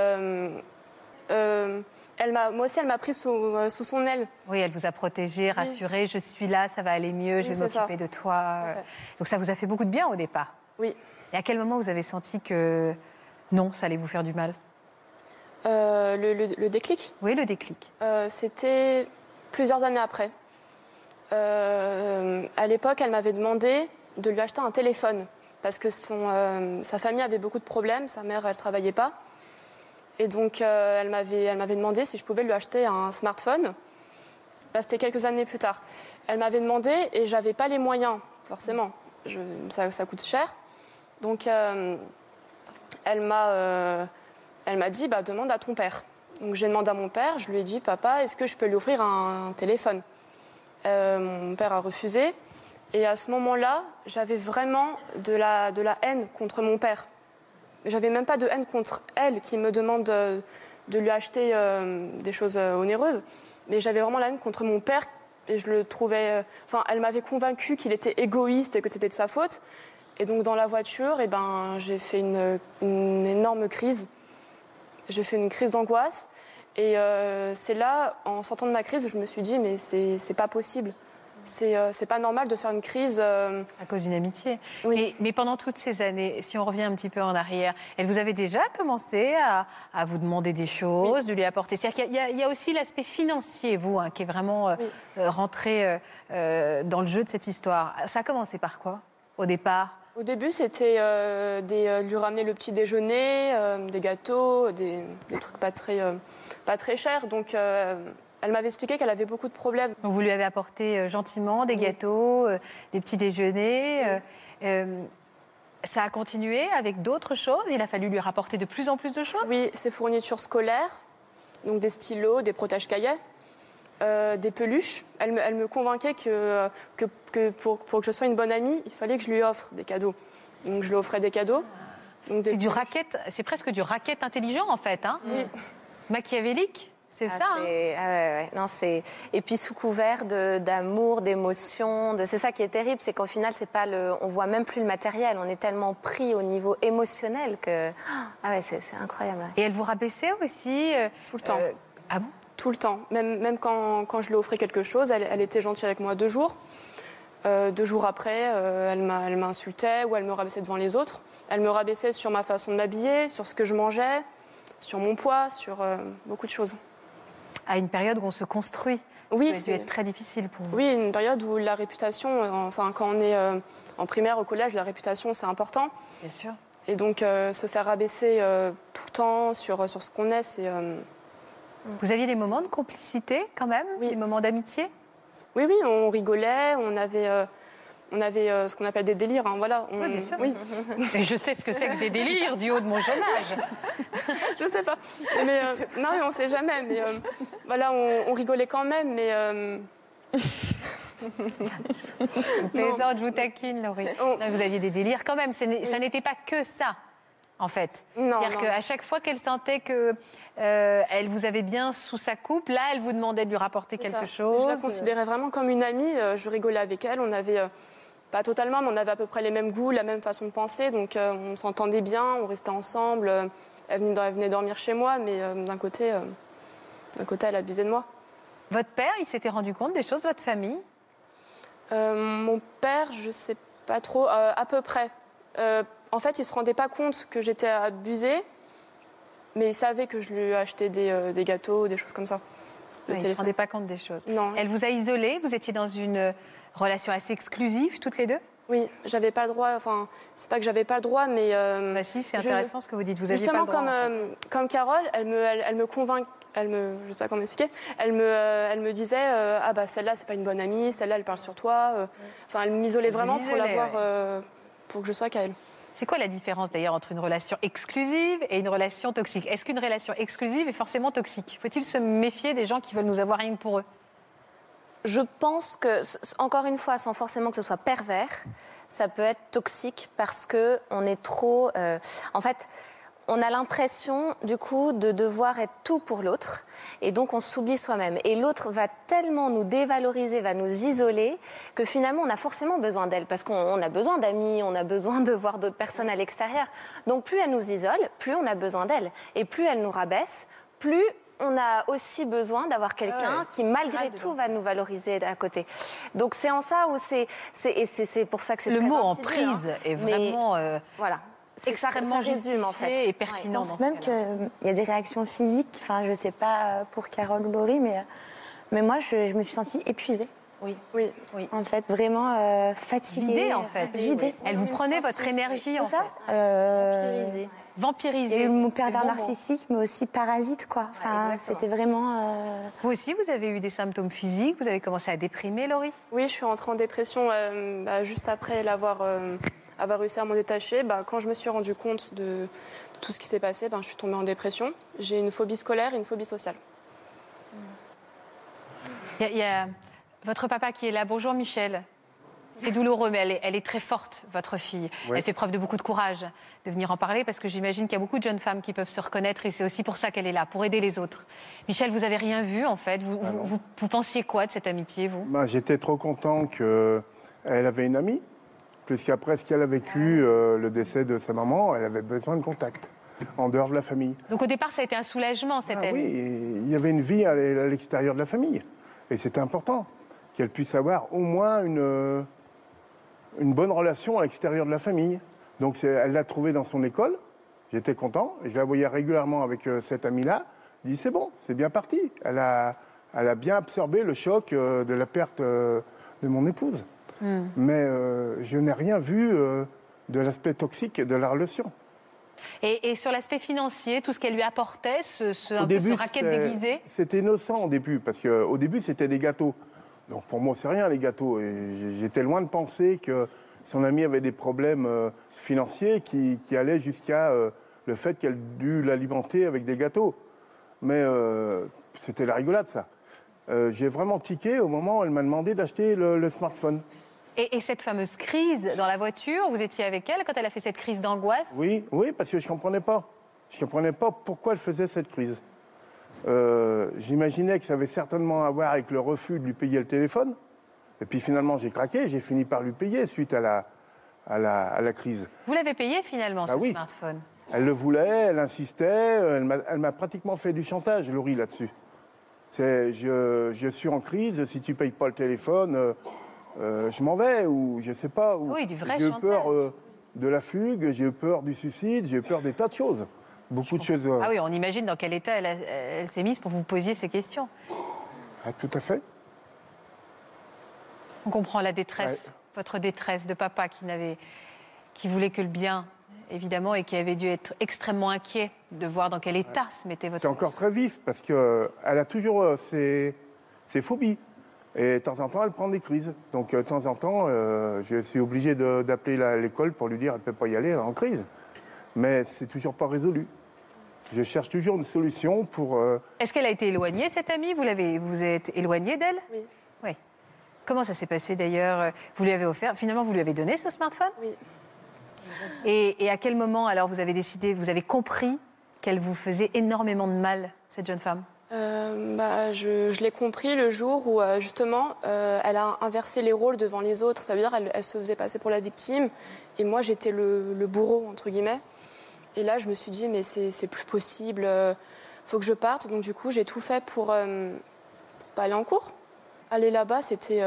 moi aussi, elle m'a pris sous son aile. Oui, elle vous a protégée, rassurée. Oui. Je suis là, ça va aller mieux, je vais m'occuper de toi. Donc ça vous a fait beaucoup de bien au départ. Oui. Et à quel moment vous avez senti que non, ça allait vous faire du mal? Le déclic? Oui, le déclic. C'était plusieurs années après. À l'époque, elle m'avait demandé de lui acheter un téléphone parce que sa famille avait beaucoup de problèmes. Sa mère, elle ne travaillait pas. Et donc, elle m'avait demandé si je pouvais lui acheter un smartphone. C'était quelques années plus tard. Elle m'avait demandé et je n'avais pas les moyens, forcément. Ça coûte cher. Donc, elle m'a dit, demande à ton père. Donc, j'ai demandé à mon père. Je lui ai dit, papa, est-ce que je peux lui offrir un téléphone? Mon père a refusé. Et à ce moment-là, j'avais vraiment de la haine contre mon père. J'avais même pas de haine contre elle qui me demande de lui acheter des choses onéreuses. Mais j'avais vraiment la haine contre mon père et je le trouvais... elle m'avait convaincue qu'il était égoïste et que c'était de sa faute. Et donc dans la voiture, j'ai fait une énorme crise. J'ai fait une crise d'angoisse. Et c'est là, en sortant de ma crise, je me suis dit, mais c'est pas possible. c'est pas normal de faire une crise. À cause d'une amitié. Oui. Mais pendant toutes ces années, si on revient un petit peu en arrière, elle vous avait déjà commencé à vous demander des choses, de lui apporter. C'est-à-dire qu'il y a aussi l'aspect financier, vous, qui est vraiment rentré dans le jeu de cette histoire. Ça a commencé par quoi, au départ? Au début, c'était lui ramener le petit déjeuner, des gâteaux, des trucs pas très chers. Donc, elle m'avait expliqué qu'elle avait beaucoup de problèmes. Donc vous lui avez apporté gentiment des gâteaux, des petits déjeuners. Ça a continué avec d'autres choses? Il a fallu lui rapporter de plus en plus de choses? Oui, ses fournitures scolaires, donc des stylos, des protège-cahiers, des peluches. Elle me convainquait que pour que je sois une bonne amie, il fallait que je lui offre des cadeaux. Donc je lui offrais des cadeaux. C'est du racket, c'est presque du racket intelligent en fait. Hein? Oui. Machiavélique? C'est ça. Non, et puis sous couvert d'amour, d'émotion, c'est ça qui est terrible, c'est qu'au final, c'est pas on voit même plus le matériel, on est tellement pris au niveau émotionnel que c'est incroyable. Et elle vous rabaissait aussi tout le temps. Ah bon? Tout le temps. Même quand je lui offrais quelque chose, elle était gentille avec moi 2 jours. 2 jours après, elle m'insultait ou elle me rabaissait devant les autres. Elle me rabaissait sur ma façon de m'habiller, sur ce que je mangeais, sur mon poids, sur beaucoup de choses. À une période où on se construit. Oui, ça a dû être très difficile pour vous. Oui, une période où la réputation, quand on est en primaire, au collège, la réputation, c'est important. Bien sûr. Et donc, se faire rabaisser tout le temps sur ce qu'on est, c'est... Vous aviez des moments de complicité, quand même? Oui. Des moments d'amitié? Oui, on rigolait, on avait ce qu'on appelle des délires, hein, voilà. Oui, bien sûr. Oui. Et je sais ce que c'est que des délires du haut de mon jeune âge. Je sais pas. Mais, non, mais on sait jamais. Mais voilà, on rigolait quand même, mais... Plaisante, je vous taquine, Laurie. Non, vous aviez des délires quand même. Ça n'était pas que ça, en fait. C'est-à-dire qu'à chaque fois qu'elle sentait que elle vous avait bien sous sa coupe, là, elle vous demandait de lui rapporter quelque chose. Je la considérais vraiment comme une amie. Je rigolais avec elle. On avait... pas totalement, mais on avait à peu près les mêmes goûts, la même façon de penser. Donc on s'entendait bien, on restait ensemble. Elle venait dormir chez moi, mais d'un côté, elle abusait de moi. Votre père, il s'était rendu compte des choses, votre famille? Mon père, je sais pas trop, à peu près. En fait, il se rendait pas compte que j'étais abusée, mais il savait que je lui achetais des gâteaux, des choses comme ça. Il ne se rendait pas compte des choses. Non. Elle vous a isolée, vous étiez dans une relation assez exclusive, toutes les deux? Oui, j'avais pas le droit, enfin, c'est pas que j'avais pas le droit, mais... Bah si, c'est intéressant ce que vous dites, vous aviez pas le droit. Justement, comme Carole, elle me convainc, je sais pas comment m'expliquer, elle me disait, ah bah celle-là, c'est pas une bonne amie, celle-là, elle parle sur toi. Enfin, elle m'isolait vraiment pour l'avoir, pour que je sois qu'à elle. C'est quoi la différence d'ailleurs entre une relation exclusive et une relation toxique? Est-ce qu'une relation exclusive est forcément toxique? Faut-il se méfier des gens qui veulent nous avoir rien que pour eux? Je pense que, encore une fois, sans forcément que ce soit pervers, ça peut être toxique parce qu'on est trop... en fait, on a l'impression, du coup, de devoir être tout pour l'autre. Et donc, on s'oublie soi-même. Et l'autre va tellement nous dévaloriser, va nous isoler, que finalement, on a forcément besoin d'elle. Parce qu'on a besoin d'amis, on a besoin de voir d'autres personnes à l'extérieur. Donc, plus elle nous isole, plus on a besoin d'elle. Et plus elle nous rabaisse, plus... on a aussi besoin d'avoir quelqu'un qui, malgré tout, va nous valoriser à côté. Donc, c'est en ça où c'est pour ça que c'est le très mot insidieux, emprise est vraiment voilà. extrêmement résume, en fait. et pertinent. Je pense même qu'il y a des réactions physiques. Enfin, je ne sais pas pour Carole ou Laurie, mais moi, je me suis sentie épuisée. Oui. En fait, vraiment fatiguée. Vidée, en fait. Vidée. Elle vous prenait votre énergie, en C'est ça fait. Vampirisée. Et mon pervers narcissique, mais aussi parasite, quoi. Enfin, c'était vraiment... Vous aussi, vous avez eu des symptômes physiques, vous avez commencé à déprimer, Laurie? Oui, je suis entrée en dépression juste après avoir réussi à m'en détacher. Quand je me suis rendu compte de tout ce qui s'est passé, je suis tombée en dépression. J'ai une phobie scolaire et une phobie sociale. Il y a votre papa qui est là. Bonjour Michel. C'est douloureux, mais elle est très forte, votre fille. Oui. Elle fait preuve de beaucoup de courage de venir en parler, parce que j'imagine qu'il y a beaucoup de jeunes femmes qui peuvent se reconnaître, et c'est aussi pour ça qu'elle est là, pour aider les autres. Michel, vous n'avez rien vu, en fait. Vous pensiez quoi de cette amitié, vous? J'étais trop content qu'elle avait une amie, puisqu'après ce qu'elle a vécu, le décès de sa maman, elle avait besoin de contact, en dehors de la famille. Donc au départ, ça a été un soulagement, cette amie? Oui, il y avait une vie à l'extérieur de la famille, et c'était important. qu'elle puisse avoir au moins une bonne relation à l'extérieur de la famille. Donc elle l'a trouvée dans son école, j'étais content, et je la voyais régulièrement avec cette amie-là. Je dis c'est bon, c'est bien parti. Elle a bien absorbé le choc de la perte de mon épouse. Mais je n'ai rien vu de l'aspect toxique de la relation. Et sur l'aspect financier, tout ce qu'elle lui apportait, Au début, ce racket déguisé? C'était innocent au début, parce qu'au début, c'était des gâteaux. Donc pour moi, c'est rien, les gâteaux. Et j'étais loin de penser que son amie avait des problèmes financiers qui allaient jusqu'à le fait qu'elle dû l'alimenter avec des gâteaux. Mais c'était la rigolade, ça. J'ai vraiment tiqué au moment où elle m'a demandé d'acheter le smartphone. Et cette fameuse crise dans la voiture, vous étiez avec elle quand elle a fait cette crise d'angoisse? Oui, parce que je ne comprenais pas. Je ne comprenais pas pourquoi elle faisait cette crise. J'imaginais que ça avait certainement à voir avec le refus de lui payer le téléphone. Et puis finalement, j'ai craqué, j'ai fini par lui payer suite à la crise. Vous l'avez payé finalement, ce smartphone? Elle le voulait, elle insistait, elle m'a pratiquement fait du chantage, Laurie, là-dessus. Je suis en crise, si tu ne payes pas le téléphone, je m'en vais, ou je ne sais pas. Oui, du vrai j'ai eu chantage. peur de la fugue, j'ai eu peur du suicide, j'ai eu peur des tas de choses. Beaucoup de choses. Ah oui, on imagine dans quel état elle s'est mise pour que vous posiez ces questions. Ah, tout à fait. On comprend la détresse, votre détresse de papa qui voulait que le bien, évidemment, et qui avait dû être extrêmement inquiet de voir dans quel état se mettait votre... C'est encore très vif, parce qu'elle a toujours ses phobies. Et de temps en temps, elle prend des crises. Donc, de temps en temps, je suis obligé d'appeler l'école pour lui dire qu'elle ne peut pas y aller, elle est en crise. Mais c'est toujours pas résolu. Je cherche toujours une solution pour... Est-ce qu'elle a été éloignée, cette amie? Vous êtes éloigné d'elle? Oui. Oui. Comment ça s'est passé d'ailleurs? Vous lui avez offert, finalement, vous lui avez donné ce smartphone? Oui. Et à quel moment, alors, vous avez décidé, vous avez compris qu'elle vous faisait énormément de mal, cette jeune femme? Je l'ai compris le jour où, justement, elle a inversé les rôles devant les autres. Ça veut dire qu'elle se faisait passer pour la victime. Et moi, j'étais le bourreau, entre guillemets. Et là, je me suis dit, mais c'est plus possible. Faut que je parte. Donc, du coup, j'ai tout fait pour pas aller en cours. Aller là-bas, c'était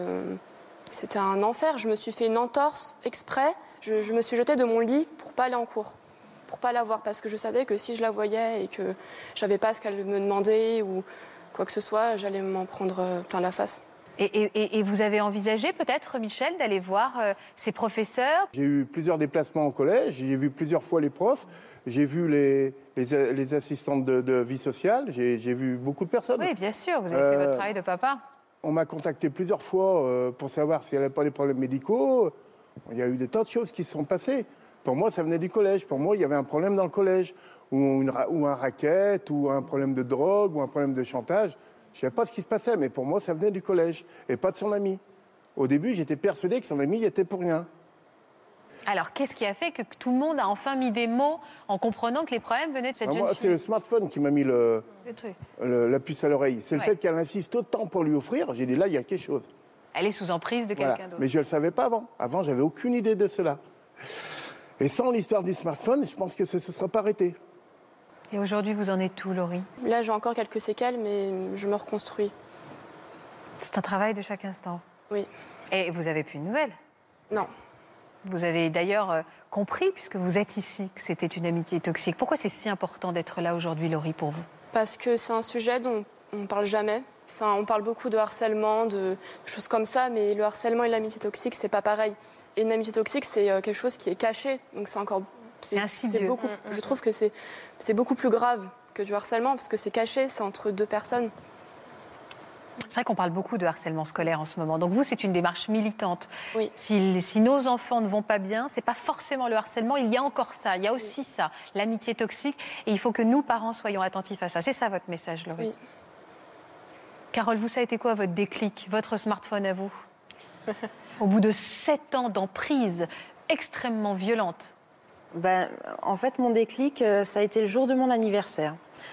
un enfer. Je me suis fait une entorse exprès. Je me suis jetée de mon lit pour pas aller en cours. Pour pas la voir, parce que je savais que si je la voyais et que j'avais pas ce qu'elle me demandait ou quoi que ce soit, j'allais m'en prendre plein la face. Et vous avez envisagé peut-être, Michel, d'aller voir ses professeurs? J'ai eu plusieurs déplacements au collège, j'ai vu plusieurs fois les profs, j'ai vu les assistantes de vie sociale, j'ai vu beaucoup de personnes. Oui, bien sûr, vous avez fait votre travail de papa. On m'a contacté plusieurs fois pour savoir si elle n'avait pas des problèmes médicaux. Il y a eu des tas de choses qui se sont passées. Pour moi, ça venait du collège. Pour moi, il y avait un problème dans le collège, ou un racket, ou un problème de drogue, ou un problème de chantage. Je ne savais pas ce qui se passait, mais pour moi, ça venait du collège, et pas de son ami. Au début, j'étais persuadé que son ami y était pour rien. Alors, qu'est-ce qui a fait que tout le monde a enfin mis des mots en comprenant que les problèmes venaient de cette jeune fille? C'est le smartphone qui m'a mis la puce à l'oreille. C'est le fait qu'elle insiste autant pour lui offrir. J'ai dit, là, il y a quelque chose. Elle est sous emprise de quelqu'un d'autre. Mais je ne le savais pas avant. Avant, j'avais aucune idée de cela. Et sans l'histoire du smartphone, je pense que ça ne se sera pas arrêté. Et aujourd'hui, vous en êtes où, Laurie? Là, j'ai encore quelques séquelles, mais je me reconstruis. C'est un travail de chaque instant. Oui. Et vous n'avez plus de nouvelles? Non. Vous avez d'ailleurs compris, puisque vous êtes ici, que c'était une amitié toxique. Pourquoi c'est si important d'être là aujourd'hui, Laurie, pour vous? Parce que c'est un sujet dont on ne parle jamais. Enfin, on parle beaucoup de harcèlement, de choses comme ça, mais le harcèlement et l'amitié toxique, c'est pas pareil. Et une amitié toxique, c'est quelque chose qui est caché, donc c'est encore... C'est insidieux. Je trouve que c'est beaucoup plus grave que du harcèlement, parce que c'est caché, c'est entre deux personnes. C'est vrai qu'on parle beaucoup de harcèlement scolaire en ce moment. Donc vous, c'est une démarche militante. Oui. Si nos enfants ne vont pas bien, c'est pas forcément le harcèlement, il y a encore ça, il y a aussi ça, l'amitié toxique. Et il faut que nous, parents, soyons attentifs à ça. C'est ça votre message, Laurie? Oui. Carole, vous, ça a été quoi votre déclic, votre smartphone à vous? Au bout de 7 ans d'emprise extrêmement violente. En fait, mon déclic, ça a été le jour de mon anniversaire.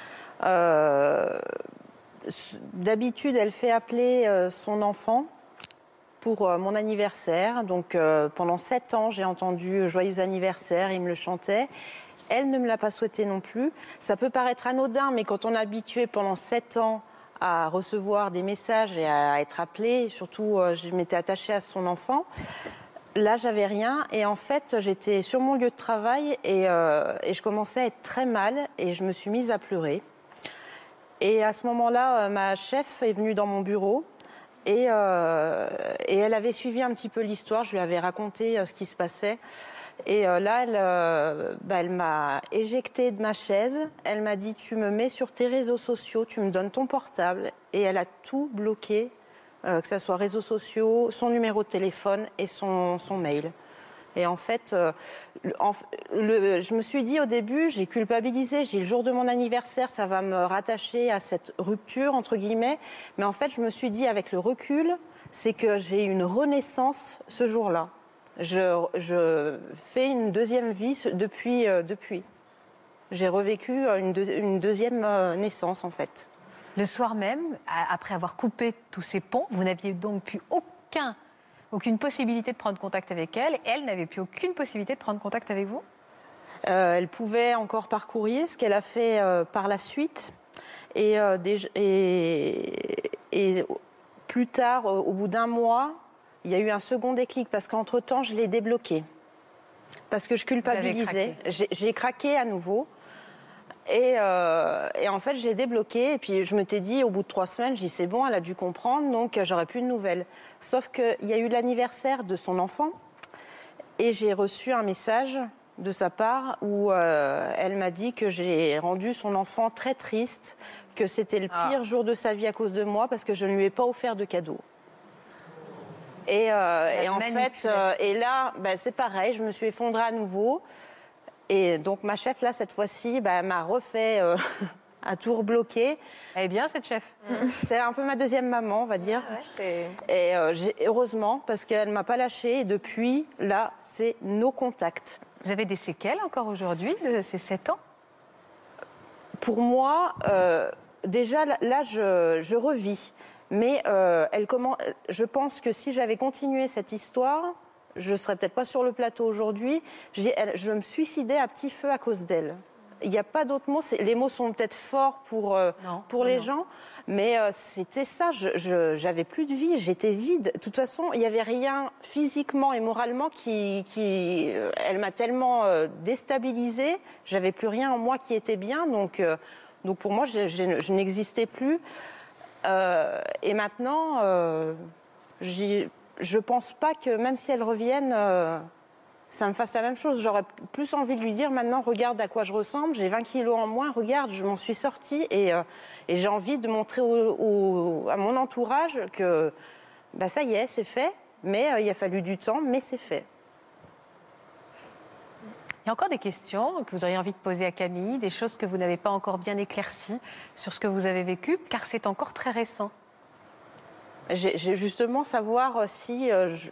D'habitude, elle fait appeler son enfant pour mon anniversaire. Donc, pendant 7 ans, j'ai entendu « Joyeux anniversaire », il me le chantait. Elle ne me l'a pas souhaité non plus. Ça peut paraître anodin, mais quand on est habitué pendant 7 ans à recevoir des messages et à être appelée. Surtout, je m'étais attachée à son enfant. Là, j'avais rien. Et en fait, j'étais sur mon lieu de travail et je commençais à être très mal. Et je me suis mise à pleurer. Et à ce moment-là, ma chef est venue dans mon bureau. Et elle avait suivi un petit peu l'histoire. Je lui avais raconté ce qui se passait. Et là, elle m'a éjectée de ma chaise. Elle m'a dit, tu me mets sur tes réseaux sociaux, tu me donnes ton portable. Et elle a tout bloqué, que ce soit réseaux sociaux, son numéro de téléphone et son mail. Et en fait, je me suis dit au début, j'ai culpabilisé, j'ai le jour de mon anniversaire, ça va me rattacher à cette rupture, entre guillemets. Mais en fait, je me suis dit, avec le recul, c'est que j'ai eu une renaissance ce jour-là. Je fais une deuxième vie depuis. J'ai revécu une deuxième naissance, en fait. Le soir même, après avoir coupé tous ces ponts, vous n'aviez donc plus aucune possibilité de prendre contact avec elle. Et elle n'avait plus aucune possibilité de prendre contact avec vous ? Elle pouvait encore par courrier, ce qu'elle a fait par la suite. Et plus tard, au bout d'un mois, il y a eu un second déclic parce qu'entre-temps, je l'ai débloqué. Parce que je culpabilisais. J'ai craqué à nouveau. Et en fait, je l'ai débloqué. Et puis, je m'étais dit, au bout de 3 semaines, j'ai dit, c'est bon, elle a dû comprendre, donc j'aurai plus de nouvelles. Sauf qu'il y a eu l'anniversaire de son enfant. Et j'ai reçu un message de sa part où elle m'a dit que j'ai rendu son enfant très triste, que c'était le pire jour de sa vie à cause de moi parce que je ne lui ai pas offert de cadeau. Et en fait, et là, c'est pareil, je me suis effondrée à nouveau. Et donc ma chef, là, cette fois-ci, m'a refait à tout rebloquer. Elle est bien, cette chef. C'est un peu ma deuxième maman, on va dire. Et heureusement, parce qu'elle ne m'a pas lâchée. Et depuis, là, c'est nos contacts. Vous avez des séquelles encore aujourd'hui de ces 7 ans ? Pour moi, déjà, là, je revis. Mais je pense que si j'avais continué cette histoire, je ne serais peut-être pas sur le plateau aujourd'hui. Je me suicidais à petit feu à cause d'elle. Il n'y a pas d'autres mots. Les mots sont peut-être forts pour les gens, mais c'était ça. J'avais plus de vie, j'étais vide. De toute façon, il n'y avait rien physiquement et moralement elle m'a tellement déstabilisée. J'avais plus rien en moi qui était bien. Donc pour moi, je n'existais plus. Et maintenant, je pense pas que même si elle revienne, ça me fasse la même chose. J'aurais plus envie de lui dire maintenant, regarde à quoi je ressemble, j'ai 20 kilos en moins, regarde, je m'en suis sortie. Et j'ai envie de montrer à mon entourage que ça y est, c'est fait. Mais il a fallu du temps, mais c'est fait. Il y a encore des questions que vous auriez envie de poser à Camille, des choses que vous n'avez pas encore bien éclaircies sur ce que vous avez vécu, car c'est encore très récent. J'ai justement savoir si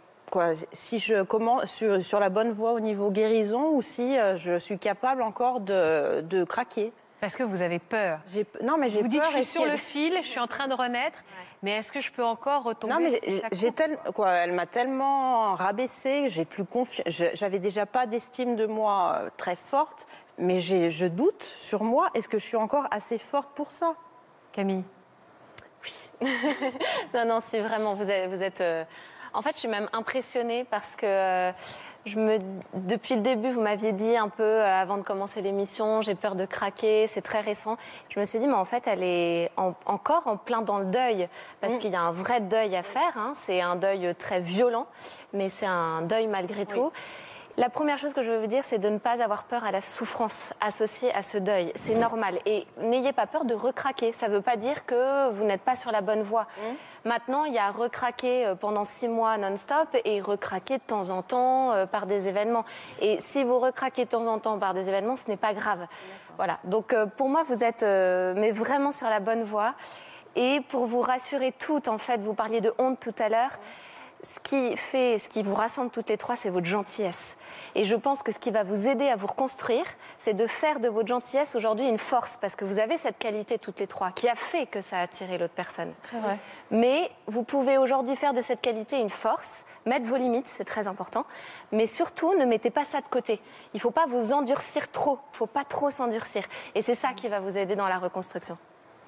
je commence sur la bonne voie au niveau guérison ou si je suis capable encore de craquer. Parce que vous avez peur. Non, mais j'ai peur. Vous dites, je suis sur le fil, je suis en train de renaître, mais est-ce que je peux encore retomber? Non, mais elle m'a tellement rabaissée, j'ai plus confiance. J'avais déjà pas d'estime de moi très forte, mais je doute sur moi. Est-ce que je suis encore assez forte pour ça? Camille? Oui. non, si vraiment, vous êtes... En fait, je suis même impressionnée parce que depuis le début, vous m'aviez dit un peu, avant de commencer l'émission, j'ai peur de craquer, c'est très récent. Je me suis dit, mais en fait, elle est encore en plein dans le deuil, parce qu'il y a un vrai deuil à faire. Hein. C'est un deuil très violent, mais c'est un deuil malgré tout. La première chose que je veux vous dire, c'est de ne pas avoir peur à la souffrance associée à ce deuil. C'est normal. Et n'ayez pas peur de recraquer. Ça ne veut pas dire que vous n'êtes pas sur la bonne voie. Maintenant, il y a recraquer pendant 6 mois non-stop et recraquer de temps en temps par des événements. Et si vous recraquez de temps en temps par des événements, ce n'est pas grave. Voilà. Donc, pour moi, vous êtes mais vraiment sur la bonne voie. Et pour vous rassurer toutes, en fait, vous parliez de honte tout à l'heure. Ce qui vous rassemble toutes les trois, c'est votre gentillesse. Et je pense que ce qui va vous aider à vous reconstruire, c'est de faire de votre gentillesse aujourd'hui une force, parce que vous avez cette qualité toutes les trois qui a fait que ça a attiré l'autre personne. C'est vrai. Mais vous pouvez aujourd'hui faire de cette qualité une force, mettre vos limites, c'est très important, mais surtout ne mettez pas ça de côté. Il ne faut pas vous endurcir trop, il ne faut pas trop s'endurcir. Et c'est ça qui va vous aider dans la reconstruction.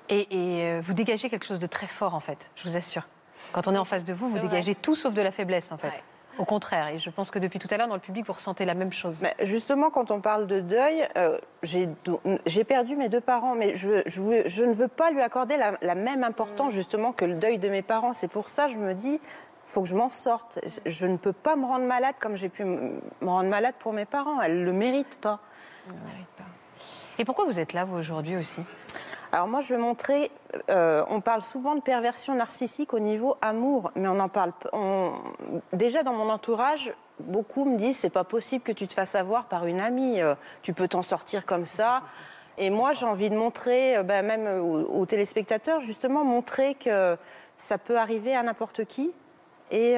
Et vous dégagez quelque chose de très fort, en fait, je vous assure. Quand on est en face de vous, vous dégagez tout sauf de la faiblesse, en fait. Ouais. Au contraire, et je pense que depuis tout à l'heure, dans le public, vous ressentez la même chose. Mais justement, quand on parle de deuil, j'ai perdu mes 2 parents, mais je ne veux pas lui accorder la même importance, justement, que le deuil de mes parents. C'est pour ça que je me dis, il faut que je m'en sorte. Je ne peux pas me rendre malade comme j'ai pu me rendre malade pour mes parents. Elles ne le méritent pas. Elles ne le méritent pas. Et pourquoi vous êtes là, vous, aujourd'hui aussi ? Alors moi, je veux montrer, on parle souvent de perversion narcissique au niveau amour, mais on en parle. Déjà dans mon entourage, beaucoup me disent c'est pas possible que tu te fasses avoir par une amie, tu peux t'en sortir comme ça. Et moi, j'ai envie de montrer, même aux téléspectateurs, justement montrer que ça peut arriver à n'importe qui et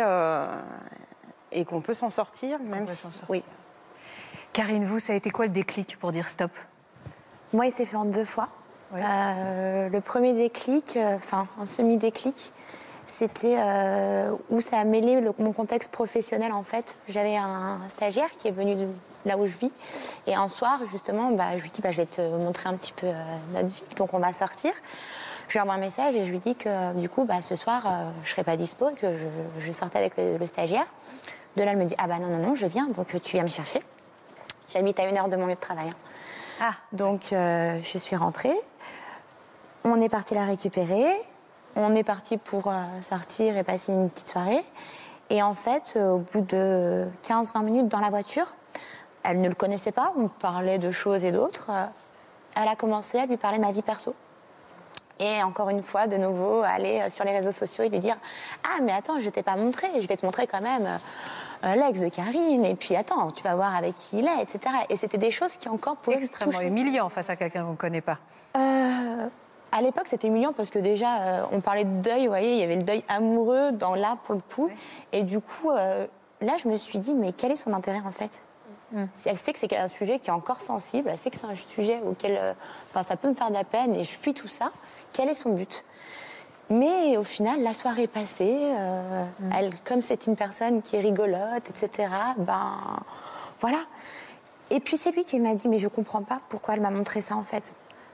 qu'on peut s'en sortir, même si. Oui. Karine, vous, ça a été quoi le déclic pour dire stop ? Moi, il s'est fait en 2 fois. Oui. Le premier déclic, un semi-déclic, c'était où ça a mêlé mon contexte professionnel, en fait. J'avais un stagiaire qui est venu là où je vis. Et un soir, justement, je lui dis, je vais te montrer un petit peu notre vie. Donc, on va sortir. Je lui envoie un message et je lui dis que, du coup, ce soir, je ne serai pas dispo, que je sortais avec le stagiaire. De là, elle me dit, non, je viens, donc tu viens me chercher. J'habite à 1 heure de mon lieu de travail. Ah. Donc, je suis rentrée. On est parti la récupérer. On est parti pour sortir et passer une petite soirée. Et en fait, au bout de 15-20 minutes dans la voiture, elle ne le connaissait pas. On parlait de choses et d'autres. Elle a commencé à lui parler de ma vie perso. Et encore une fois, de nouveau, aller sur les réseaux sociaux et lui dire « Ah, mais attends, je ne t'ai pas montré. Je vais te montrer quand même l'ex de Karine. Et puis, attends, tu vas voir avec qui il est, etc. » Et c'était des choses qui encore pouvaient extrêmement humiliant face à quelqu'un qu'on ne connaît pas. À l'époque, c'était humiliant parce que déjà, on parlait de deuil, vous voyez, il y avait le deuil amoureux là, pour le coup. Oui. Et du coup, là, je me suis dit, mais quel est son intérêt, en fait ? Elle sait que c'est un sujet qui est encore sensible, elle sait que c'est un sujet auquel ça peut me faire de la peine et je fuis tout ça. Quel est son but ? Mais au final, la soirée est passée. Elle, comme c'est une personne qui est rigolote, etc., voilà. Et puis c'est lui qui m'a dit, mais je comprends pas pourquoi elle m'a montré ça, en fait.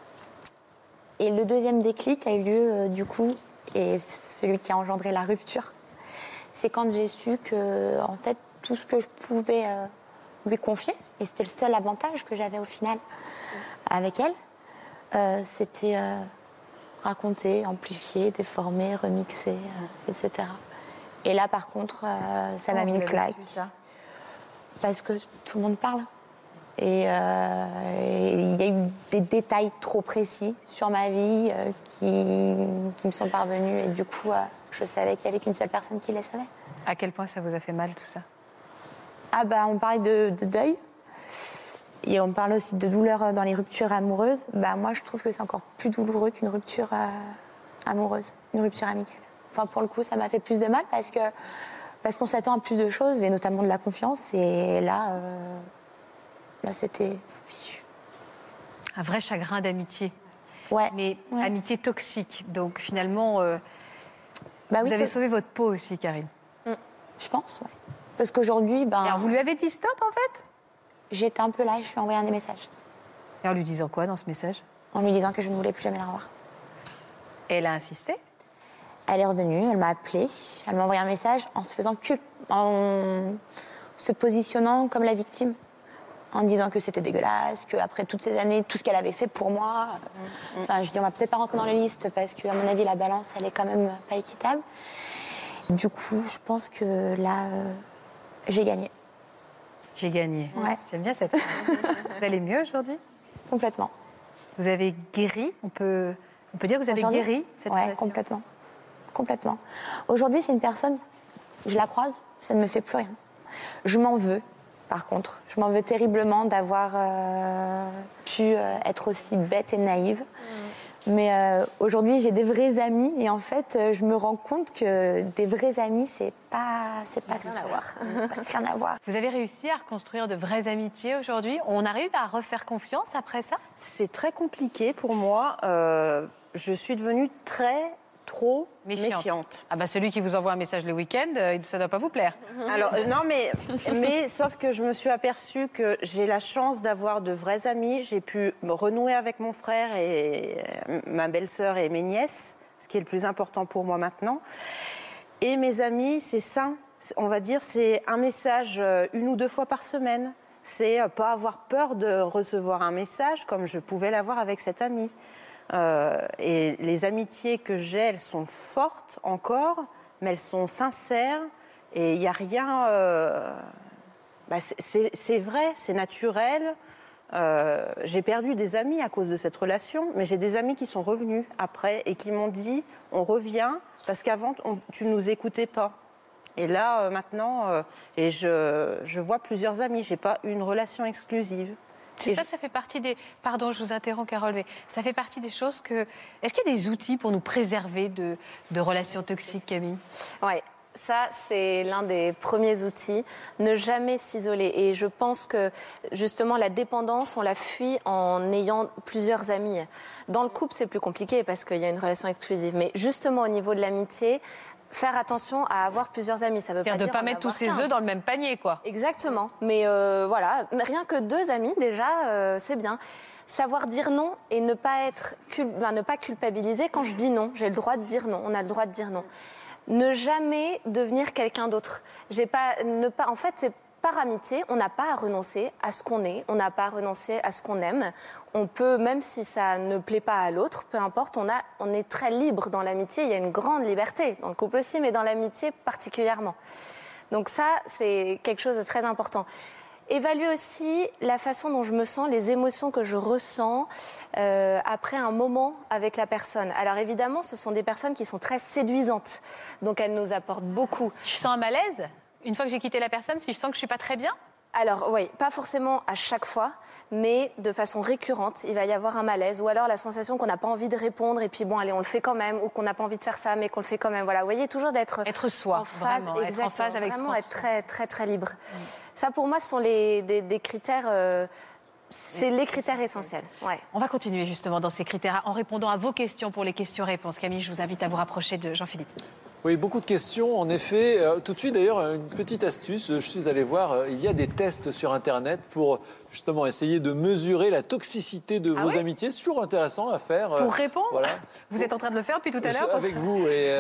Et le deuxième déclic a eu lieu, du coup, et celui qui a engendré la rupture, c'est quand j'ai su que, en fait, tout ce que je pouvais lui confier, et c'était le seul avantage que j'avais au final avec elle, c'était raconter, amplifier, déformer, remixer, etc. Et là, par contre, ça m'a mis une claque. Parce que tout le monde parle. Et il y a eu des détails trop précis sur ma vie qui me sont parvenus. Et du coup, je savais qu'il n'y avait qu'une seule personne qui les savait. À quel point ça vous a fait mal, tout ça ? On parlait de deuil. Et on parle aussi de douleur dans les ruptures amoureuses. Moi, je trouve que c'est encore plus douloureux qu'une rupture amoureuse, une rupture amicale. Enfin, pour le coup, ça m'a fait plus de mal parce qu'on s'attend à plus de choses, et notamment de la confiance. Et là, c'était fichu. Un vrai chagrin d'amitié. Ouais. Mais amitié toxique. Donc, finalement, vous avez sauvé votre peau aussi, Karine. Je pense, oui. Parce qu'aujourd'hui, alors, vous lui avez dit stop, en fait ? J'étais un peu là, je lui ai envoyé un des messages. Et en lui disant quoi dans ce message ? En lui disant que je ne voulais plus jamais la revoir. Et elle a insisté ? Elle est revenue, elle m'a appelée, elle m'a envoyé un message en se positionnant comme la victime, en disant que c'était dégueulasse, qu'après toutes ces années, tout ce qu'elle avait fait pour moi, je dis on va peut-être pas rentrer dans les listes parce qu'à mon avis la balance elle est quand même pas équitable. Du coup, je pense que là, j'ai gagné. J'ai gagné. Ouais. J'aime bien cette phrase. Vous allez mieux aujourd'hui ? Complètement. Vous avez guéri ? On peut dire que vous avez guéri cette relation ? Complètement. Aujourd'hui, c'est une personne, je la croise, ça ne me fait plus rien. Je m'en veux, par contre. Je m'en veux terriblement d'avoir pu être aussi bête et naïve. Mais aujourd'hui, j'ai des vrais amis et en fait, je me rends compte que des vrais amis, c'est pas rien à voir. Rien à voir. Vous avez réussi à reconstruire de vraies amitiés aujourd'hui ? On arrive à refaire confiance après ça ? C'est très compliqué pour moi. Je suis devenue très, trop méfiante. Ah bah celui qui vous envoie un message le week-end, ça ne doit pas vous plaire. Alors, non, mais sauf que je me suis aperçue que j'ai la chance d'avoir de vrais amis. J'ai pu me renouer avec mon frère et ma belle-sœur et mes nièces, ce qui est le plus important pour moi maintenant. Et mes amis, c'est sain. On va dire, c'est un message 1 ou 2 fois par semaine. C'est pas avoir peur de recevoir un message comme je pouvais l'avoir avec cet ami. Et les amitiés que j'ai, elles sont fortes encore, mais elles sont sincères. Et il n'y a rien... c'est vrai, c'est naturel. J'ai perdu des amis à cause de cette relation, mais j'ai des amis qui sont revenus après et qui m'ont dit « on revient parce qu'avant, tu ne nous écoutais pas ». Et là, maintenant, et je vois plusieurs amis, je n'ai pas une relation exclusive. Ça fait partie des... Pardon, je vous interromps, Carole, mais ça fait partie des choses que... Est-ce qu'il y a des outils pour nous préserver de relations toxiques, Camille ? Oui, ça, c'est l'un des premiers outils. Ne jamais s'isoler. Et je pense que, justement, la dépendance, on la fuit en ayant plusieurs amis. Dans le couple, c'est plus compliqué parce qu'il y a une relation exclusive. Mais justement, au niveau de l'amitié... Faire attention à avoir plusieurs amis, ça veut pas dire... de ne pas mettre tous ses œufs dans le même panier, quoi. Exactement. Mais voilà, rien que 2 amis, déjà, c'est bien. Savoir dire non et ne pas culpabiliser quand je dis non. J'ai le droit de dire non, on a le droit de dire non. Ne jamais devenir quelqu'un d'autre. En fait, c'est par amitié, on n'a pas à renoncer à ce qu'on est, on n'a pas à renoncer à ce qu'on aime. On peut, même si ça ne plaît pas à l'autre, peu importe, on est très libre dans l'amitié. Il y a une grande liberté, dans le couple aussi, mais dans l'amitié particulièrement. Donc ça, c'est quelque chose de très important. Évaluer aussi la façon dont je me sens, les émotions que je ressens après un moment avec la personne. Alors évidemment, ce sont des personnes qui sont très séduisantes, donc elles nous apportent beaucoup. Je sens un malaise ? Une fois que j'ai quitté la personne, si je sens que je ne suis pas très bien ? Alors oui, pas forcément à chaque fois, mais de façon récurrente, il va y avoir un malaise ou alors la sensation qu'on n'a pas envie de répondre et puis bon, allez, on le fait quand même, ou qu'on n'a pas envie de faire ça, mais qu'on le fait quand même. Voilà, vous voyez, toujours d'être soi, en phase, vraiment, être en phase avec vraiment ce être très, très, très libre. Ça, pour moi, ce sont des critères... c'est les critères essentiels. Ouais. On va continuer justement dans ces critères en répondant à vos questions pour les questions-réponses. Camille, je vous invite à vous rapprocher de Jean-Philippe. Oui, beaucoup de questions, en effet. Tout de suite, d'ailleurs, une petite astuce. Je suis allé voir, il y a des tests sur Internet pour justement essayer de mesurer la toxicité de vos amitiés. C'est toujours intéressant à faire. Pour répondre, voilà. Vous êtes en train de le faire depuis tout à l'heure. Avec vous. Et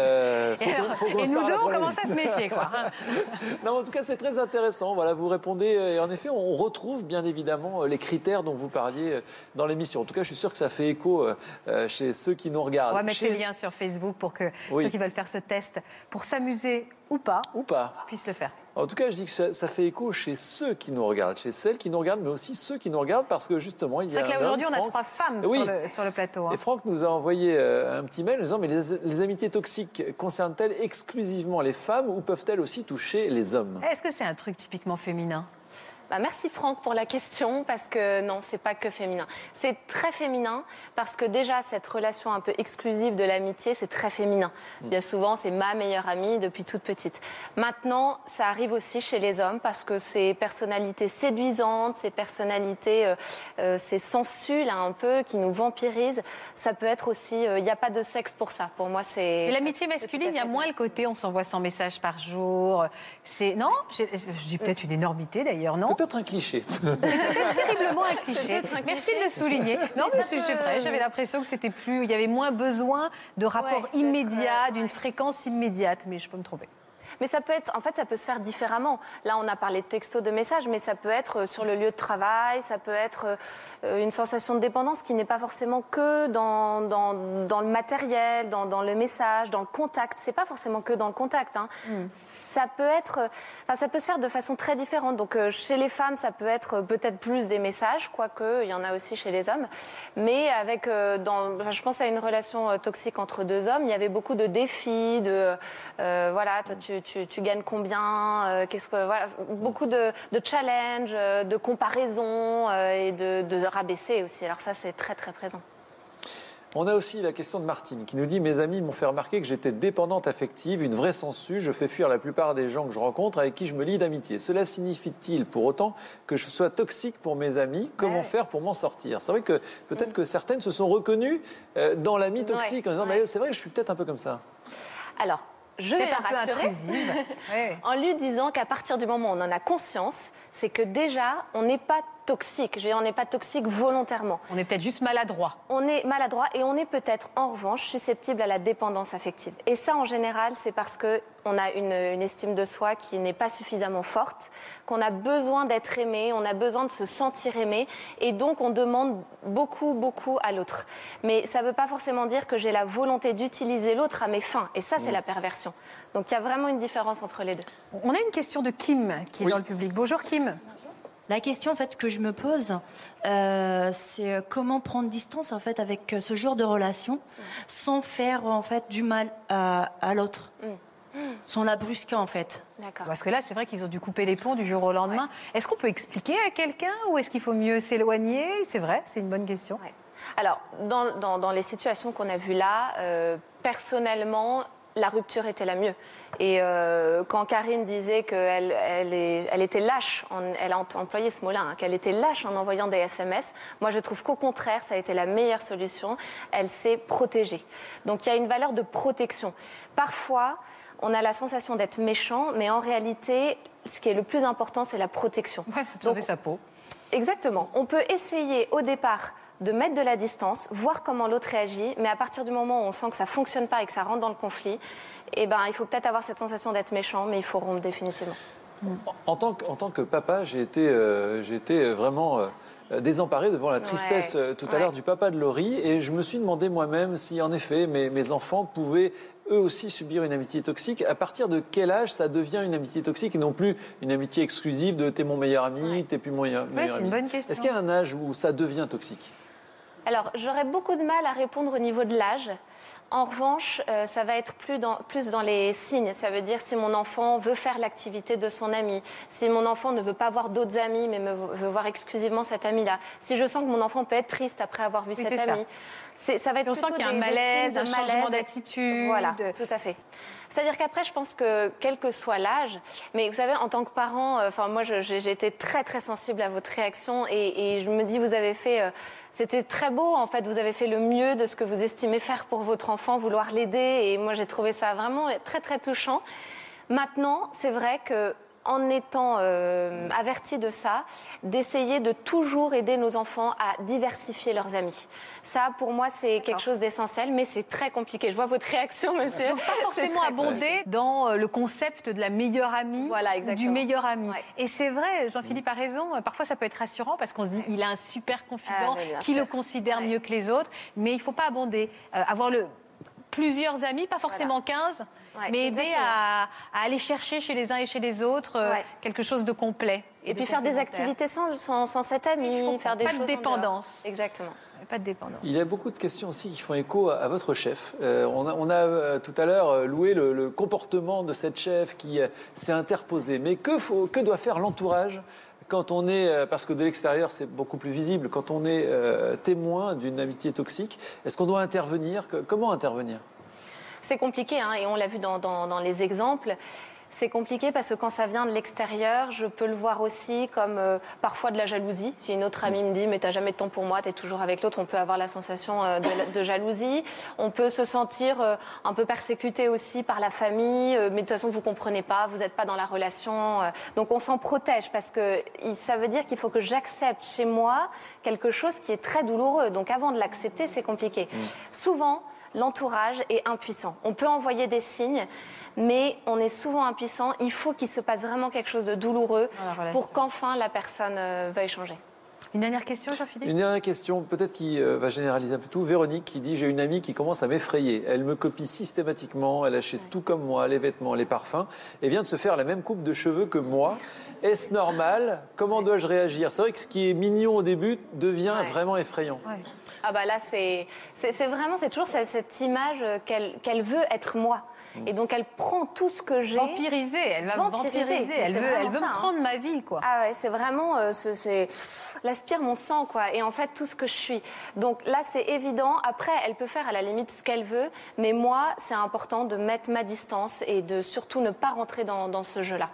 nous deux, on commence à se méfier, quoi. Non, en tout cas, c'est très intéressant. Voilà, vous répondez. Et en effet, on retrouve bien évidemment les critères dont vous parliez dans l'émission. En tout cas, je suis sûr que ça fait écho chez ceux qui nous regardent. On va mettre ces liens sur Facebook pour que ceux qui veulent faire ce test pour s'amuser ou pas, puissent le faire. En tout cas, je dis que ça fait écho chez ceux qui nous regardent, chez celles qui nous regardent, mais aussi ceux qui nous regardent, parce que justement, il y a... C'est vrai que là, aujourd'hui, on a 3 femmes sur le plateau. Et Franck nous a envoyé un petit mail en disant, mais les amitiés toxiques concernent-elles exclusivement les femmes ou peuvent-elles aussi toucher les hommes ? Est-ce que c'est un truc typiquement féminin ? Merci Franck pour la question, parce que non, c'est pas que féminin. C'est très féminin, parce que déjà, cette relation un peu exclusive de l'amitié, c'est très féminin. Bien souvent, c'est ma meilleure amie depuis toute petite. Maintenant, ça arrive aussi chez les hommes, parce que ces personnalités séduisantes, ces personnalités, ces sensus, là, un peu, qui nous vampirisent, ça peut être aussi... Il n'y a pas de sexe pour ça. Pour moi, c'est... Mais l'amitié masculine, il y a moins le côté, on s'envoie 100 messages par jour. Non, je dis peut-être une énormité d'ailleurs, non ? Peut-être un cliché. C'est peut-être terriblement un cliché. Merci de le souligner. Non, mais c'est vrai, j'avais l'impression que c'était plus... Il y avait moins besoin de rapports immédiats, d'une fréquence immédiate, mais je peux me tromper. Mais ça peut être, en fait, ça peut se faire différemment. Là, on a parlé de texto, de messages, mais ça peut être sur le lieu de travail, ça peut être une sensation de dépendance qui n'est pas forcément que dans le matériel, dans le message, dans le contact. C'est pas forcément que dans le contact. Hein. Ça peut ça peut se faire de façon très différente. Donc, chez les femmes, ça peut être peut-être plus des messages, quoique il y en a aussi chez les hommes. Mais avec, je pense à une relation toxique entre 2 hommes, il y avait beaucoup de défis, voilà, toi tu gagnes combien, voilà, beaucoup de challenges, de comparaisons et de rabaisser aussi. Alors ça, c'est très très présent. On a aussi la question de Martine qui nous dit « Mes amis m'ont fait remarquer que j'étais dépendante affective, une vraie sangsue. Je fais fuir la plupart des gens que je rencontre avec qui je me lie d'amitié. Cela signifie-t-il pour autant que je sois toxique pour mes amis? Comment faire pour m'en sortir ?» C'est vrai que peut-être que certaines se sont reconnues dans l'ami toxique en disant « C'est vrai, je suis peut-être un peu comme ça. » Alors, je vais la un peu rassurer intrusive. Ouais. en lui disant qu'à partir du moment où on en a conscience, c'est que déjà, on n'est pas toxique. Je veux dire, on n'est pas toxique volontairement. On est peut-être juste maladroit. On est maladroit et on est peut-être, en revanche, susceptible à la dépendance affective. Et ça, en général, c'est parce qu'on a une estime de soi qui n'est pas suffisamment forte, qu'on a besoin d'être aimé, on a besoin de se sentir aimé, et donc on demande beaucoup, beaucoup à l'autre. Mais ça ne veut pas forcément dire que j'ai la volonté d'utiliser l'autre à mes fins. Et ça, c'est la perversion. Donc il y a vraiment une différence entre les deux. On a une question de Kim qui est dans le public. Bonjour Kim. La question en fait que je me pose, c'est comment prendre distance en fait avec ce genre de relation sans faire en fait du mal à l'autre, sans la brusquer en fait. D'accord. Parce que là, c'est vrai qu'ils ont dû couper les ponts du jour au lendemain. Est-ce qu'on peut expliquer à quelqu'un ou est-ce qu'il faut mieux s'éloigner? C'est vrai, c'est une bonne question. Ouais. Alors, dans les situations qu'on a vues là, personnellement, la rupture était la mieux. Et quand Karine disait qu'elle était lâche, elle a employé ce mot-là, qu'elle était lâche en envoyant des SMS, moi je trouve qu'au contraire, ça a été la meilleure solution. Elle s'est protégée. Donc il y a une valeur de protection. Parfois, on a la sensation d'être méchant, mais en réalité, ce qui est le plus important, c'est la protection. Ouais, c'est de sauver sa peau. Exactement. On peut essayer au départ de mettre de la distance, voir comment l'autre réagit, mais à partir du moment où on sent que ça ne fonctionne pas et que ça rentre dans le conflit, eh ben, il faut peut-être avoir cette sensation d'être méchant, mais il faut rompre définitivement. En tant que papa, j'ai été vraiment désemparé devant la tristesse tout à l'heure du papa de Laurie, et je me suis demandé moi-même si en effet mes enfants pouvaient eux aussi subir une amitié toxique. À partir de quel âge ça devient une amitié toxique et non plus une amitié exclusive de t'es mon meilleur ami, t'es plus mon meilleur ami? C'est une bonne question. Est-ce qu'il y a un âge où ça devient toxique? Alors, j'aurais beaucoup de mal à répondre au niveau de l'âge. En revanche, ça va être plus dans les signes. Ça veut dire si mon enfant veut faire l'activité de son ami, si mon enfant ne veut pas voir d'autres amis, mais veut voir exclusivement cet ami-là, si je sens que mon enfant peut être triste après avoir vu cet ami. Ça va être on sent qu'il y a un malaise, un changement d'attitude. Voilà, tout à fait. C'est-à-dire qu'après, je pense que quel que soit l'âge, mais vous savez, en tant que parent, moi, j'ai été très, très sensible à votre réaction et je me dis, vous avez fait... C'était très beau, en fait. Vous avez fait le mieux de ce que vous estimez faire pour votre enfant, vouloir l'aider. Et moi, j'ai trouvé ça vraiment très, très touchant. Maintenant, c'est vrai que en étant averti de ça, d'essayer de toujours aider nos enfants à diversifier leurs amis. Ça, pour moi, c'est quelque chose d'essentiel, mais c'est très compliqué. Je vois votre réaction, monsieur. Donc, pas forcément abonder dans le concept de la meilleure amie, ou du meilleur ami. Ouais. Et c'est vrai, Jean-Philippe a raison, parfois ça peut être rassurant parce qu'on se dit il a un super confident qui le considère mieux que les autres, mais il ne faut pas abonder. Avoir plusieurs amis, pas forcément 15, mais aider à aller chercher chez les uns et chez les autres quelque chose de complet. Et puis faire des activités sans cet ami, faire des pas choses de dépendance. Exactement. Pas de dépendance. Il y a beaucoup de questions aussi qui font écho à votre chef. On a tout à l'heure loué le comportement de cette chef qui s'est interposée. Mais que doit faire l'entourage quand on est, parce que de l'extérieur c'est beaucoup plus visible, quand on est témoin d'une amitié toxique? Est-ce qu'on doit intervenir? Comment intervenir? C'est compliqué, et on l'a vu dans les exemples. C'est compliqué parce que quand ça vient de l'extérieur, je peux le voir aussi comme parfois de la jalousie. Si une autre amie me dit « mais t'as jamais de temps pour moi, t'es toujours avec l'autre », on peut avoir la sensation de jalousie. On peut se sentir un peu persécuté aussi par la famille. Mais de toute façon, vous comprenez pas, vous n'êtes pas dans la relation. Donc on s'en protège parce que ça veut dire qu'il faut que j'accepte chez moi quelque chose qui est très douloureux. Donc avant de l'accepter, c'est compliqué. Souvent, l'entourage est impuissant. On peut envoyer des signes, mais on est souvent impuissant. Il faut qu'il se passe vraiment quelque chose de douloureux pour qu'enfin la personne veuille changer. Une dernière question, Jean-Philippe? Une dernière question, peut-être qui va généraliser un peu tout. Véronique qui dit « J'ai une amie qui commence à m'effrayer. Elle me copie systématiquement, elle achète tout comme moi, les vêtements, les parfums, et vient de se faire la même coupe de cheveux que moi. Est-ce normal? Comment dois-je réagir ?» C'est vrai que ce qui est mignon au début devient vraiment effrayant. Ah bah là, c'est toujours cette image qu'elle veut être moi. Et donc, elle prend tout ce que j'ai. Vampiriser, elle va vampiriser. Elle veut me prendre ma vie, quoi. Ah ouais, c'est vraiment, elle aspire mon sang, quoi. Et en fait, tout ce que je suis. Donc là, c'est évident. Après, elle peut faire à la limite ce qu'elle veut. Mais moi, c'est important de mettre ma distance et de surtout ne pas rentrer dans ce jeu-là.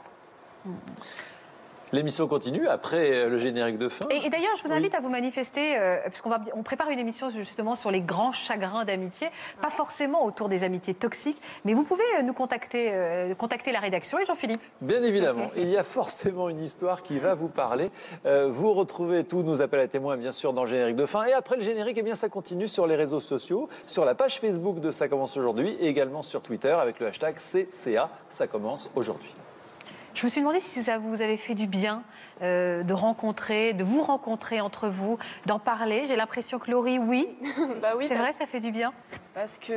L'émission continue après le générique de fin. Et d'ailleurs, je vous invite à vous manifester, puisqu'on prépare une émission justement sur les grands chagrins d'amitié, pas forcément autour des amitiés toxiques, mais vous pouvez nous contacter la rédaction et Jean-Philippe. Bien évidemment, il y a forcément une histoire qui va vous parler. Vous retrouvez tous nos appels à témoins, bien sûr, dans le générique de fin. Et après le générique, eh bien, ça continue sur les réseaux sociaux, sur la page Facebook de Ça commence aujourd'hui, et également sur Twitter avec le hashtag CCA, Ça commence aujourd'hui. Je me suis demandé si ça vous avait fait du bien de vous rencontrer entre vous, d'en parler. J'ai l'impression que Laurie, oui. Bah oui, c'est vrai, ça fait du bien. Parce que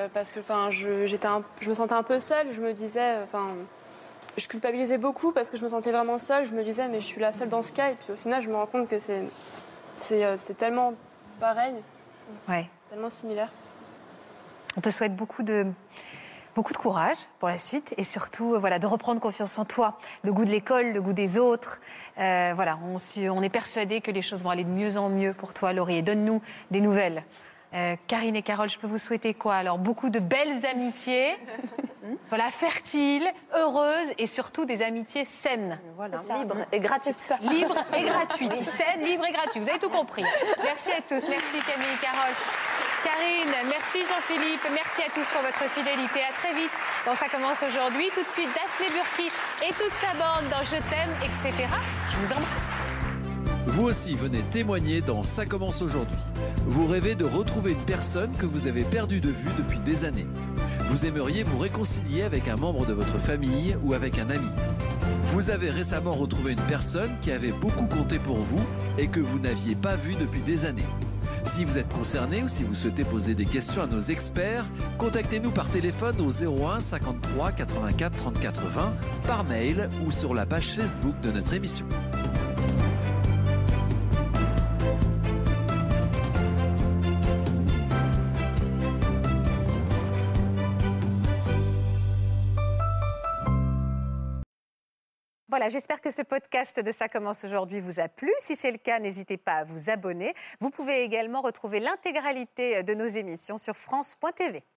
je me sentais un peu seule. Je me disais, je culpabilisais beaucoup parce que je me sentais vraiment seule. Je me disais, mais je suis la seule dans ce cas. Et puis au final, je me rends compte que c'est tellement pareil. Ouais. C'est tellement similaire. On te souhaite beaucoup de courage pour la suite et surtout de reprendre confiance en toi, le goût de l'école, le goût des autres. On est persuadés que les choses vont aller de mieux en mieux pour toi, Laurie. Et donne-nous des nouvelles. Karine et Carole, je peux vous souhaiter quoi? Alors, beaucoup de belles amitiés, fertiles, heureuses et surtout des amitiés saines. Voilà, libre et gratuite. Libre et gratuite. Saine, libre et gratuite. Vous avez tout compris. Merci à tous. Merci Camille et Carole. Karine, merci Jean-Philippe, merci à tous pour votre fidélité. À très vite dans Ça commence aujourd'hui. Tout de suite, Daphné Burki et toute sa bande dans Je t'aime, etc. Je vous embrasse. Vous aussi venez témoigner dans Ça commence aujourd'hui. Vous rêvez de retrouver une personne que vous avez perdue de vue depuis des années. Vous aimeriez vous réconcilier avec un membre de votre famille ou avec un ami. Vous avez récemment retrouvé une personne qui avait beaucoup compté pour vous et que vous n'aviez pas vue depuis des années. Si vous êtes concerné ou si vous souhaitez poser des questions à nos experts, contactez-nous par téléphone au 01 53 84 34 20, par mail ou sur la page Facebook de notre émission. Voilà, j'espère que ce podcast de Ça commence aujourd'hui vous a plu. Si c'est le cas, n'hésitez pas à vous abonner. Vous pouvez également retrouver l'intégralité de nos émissions sur France.tv.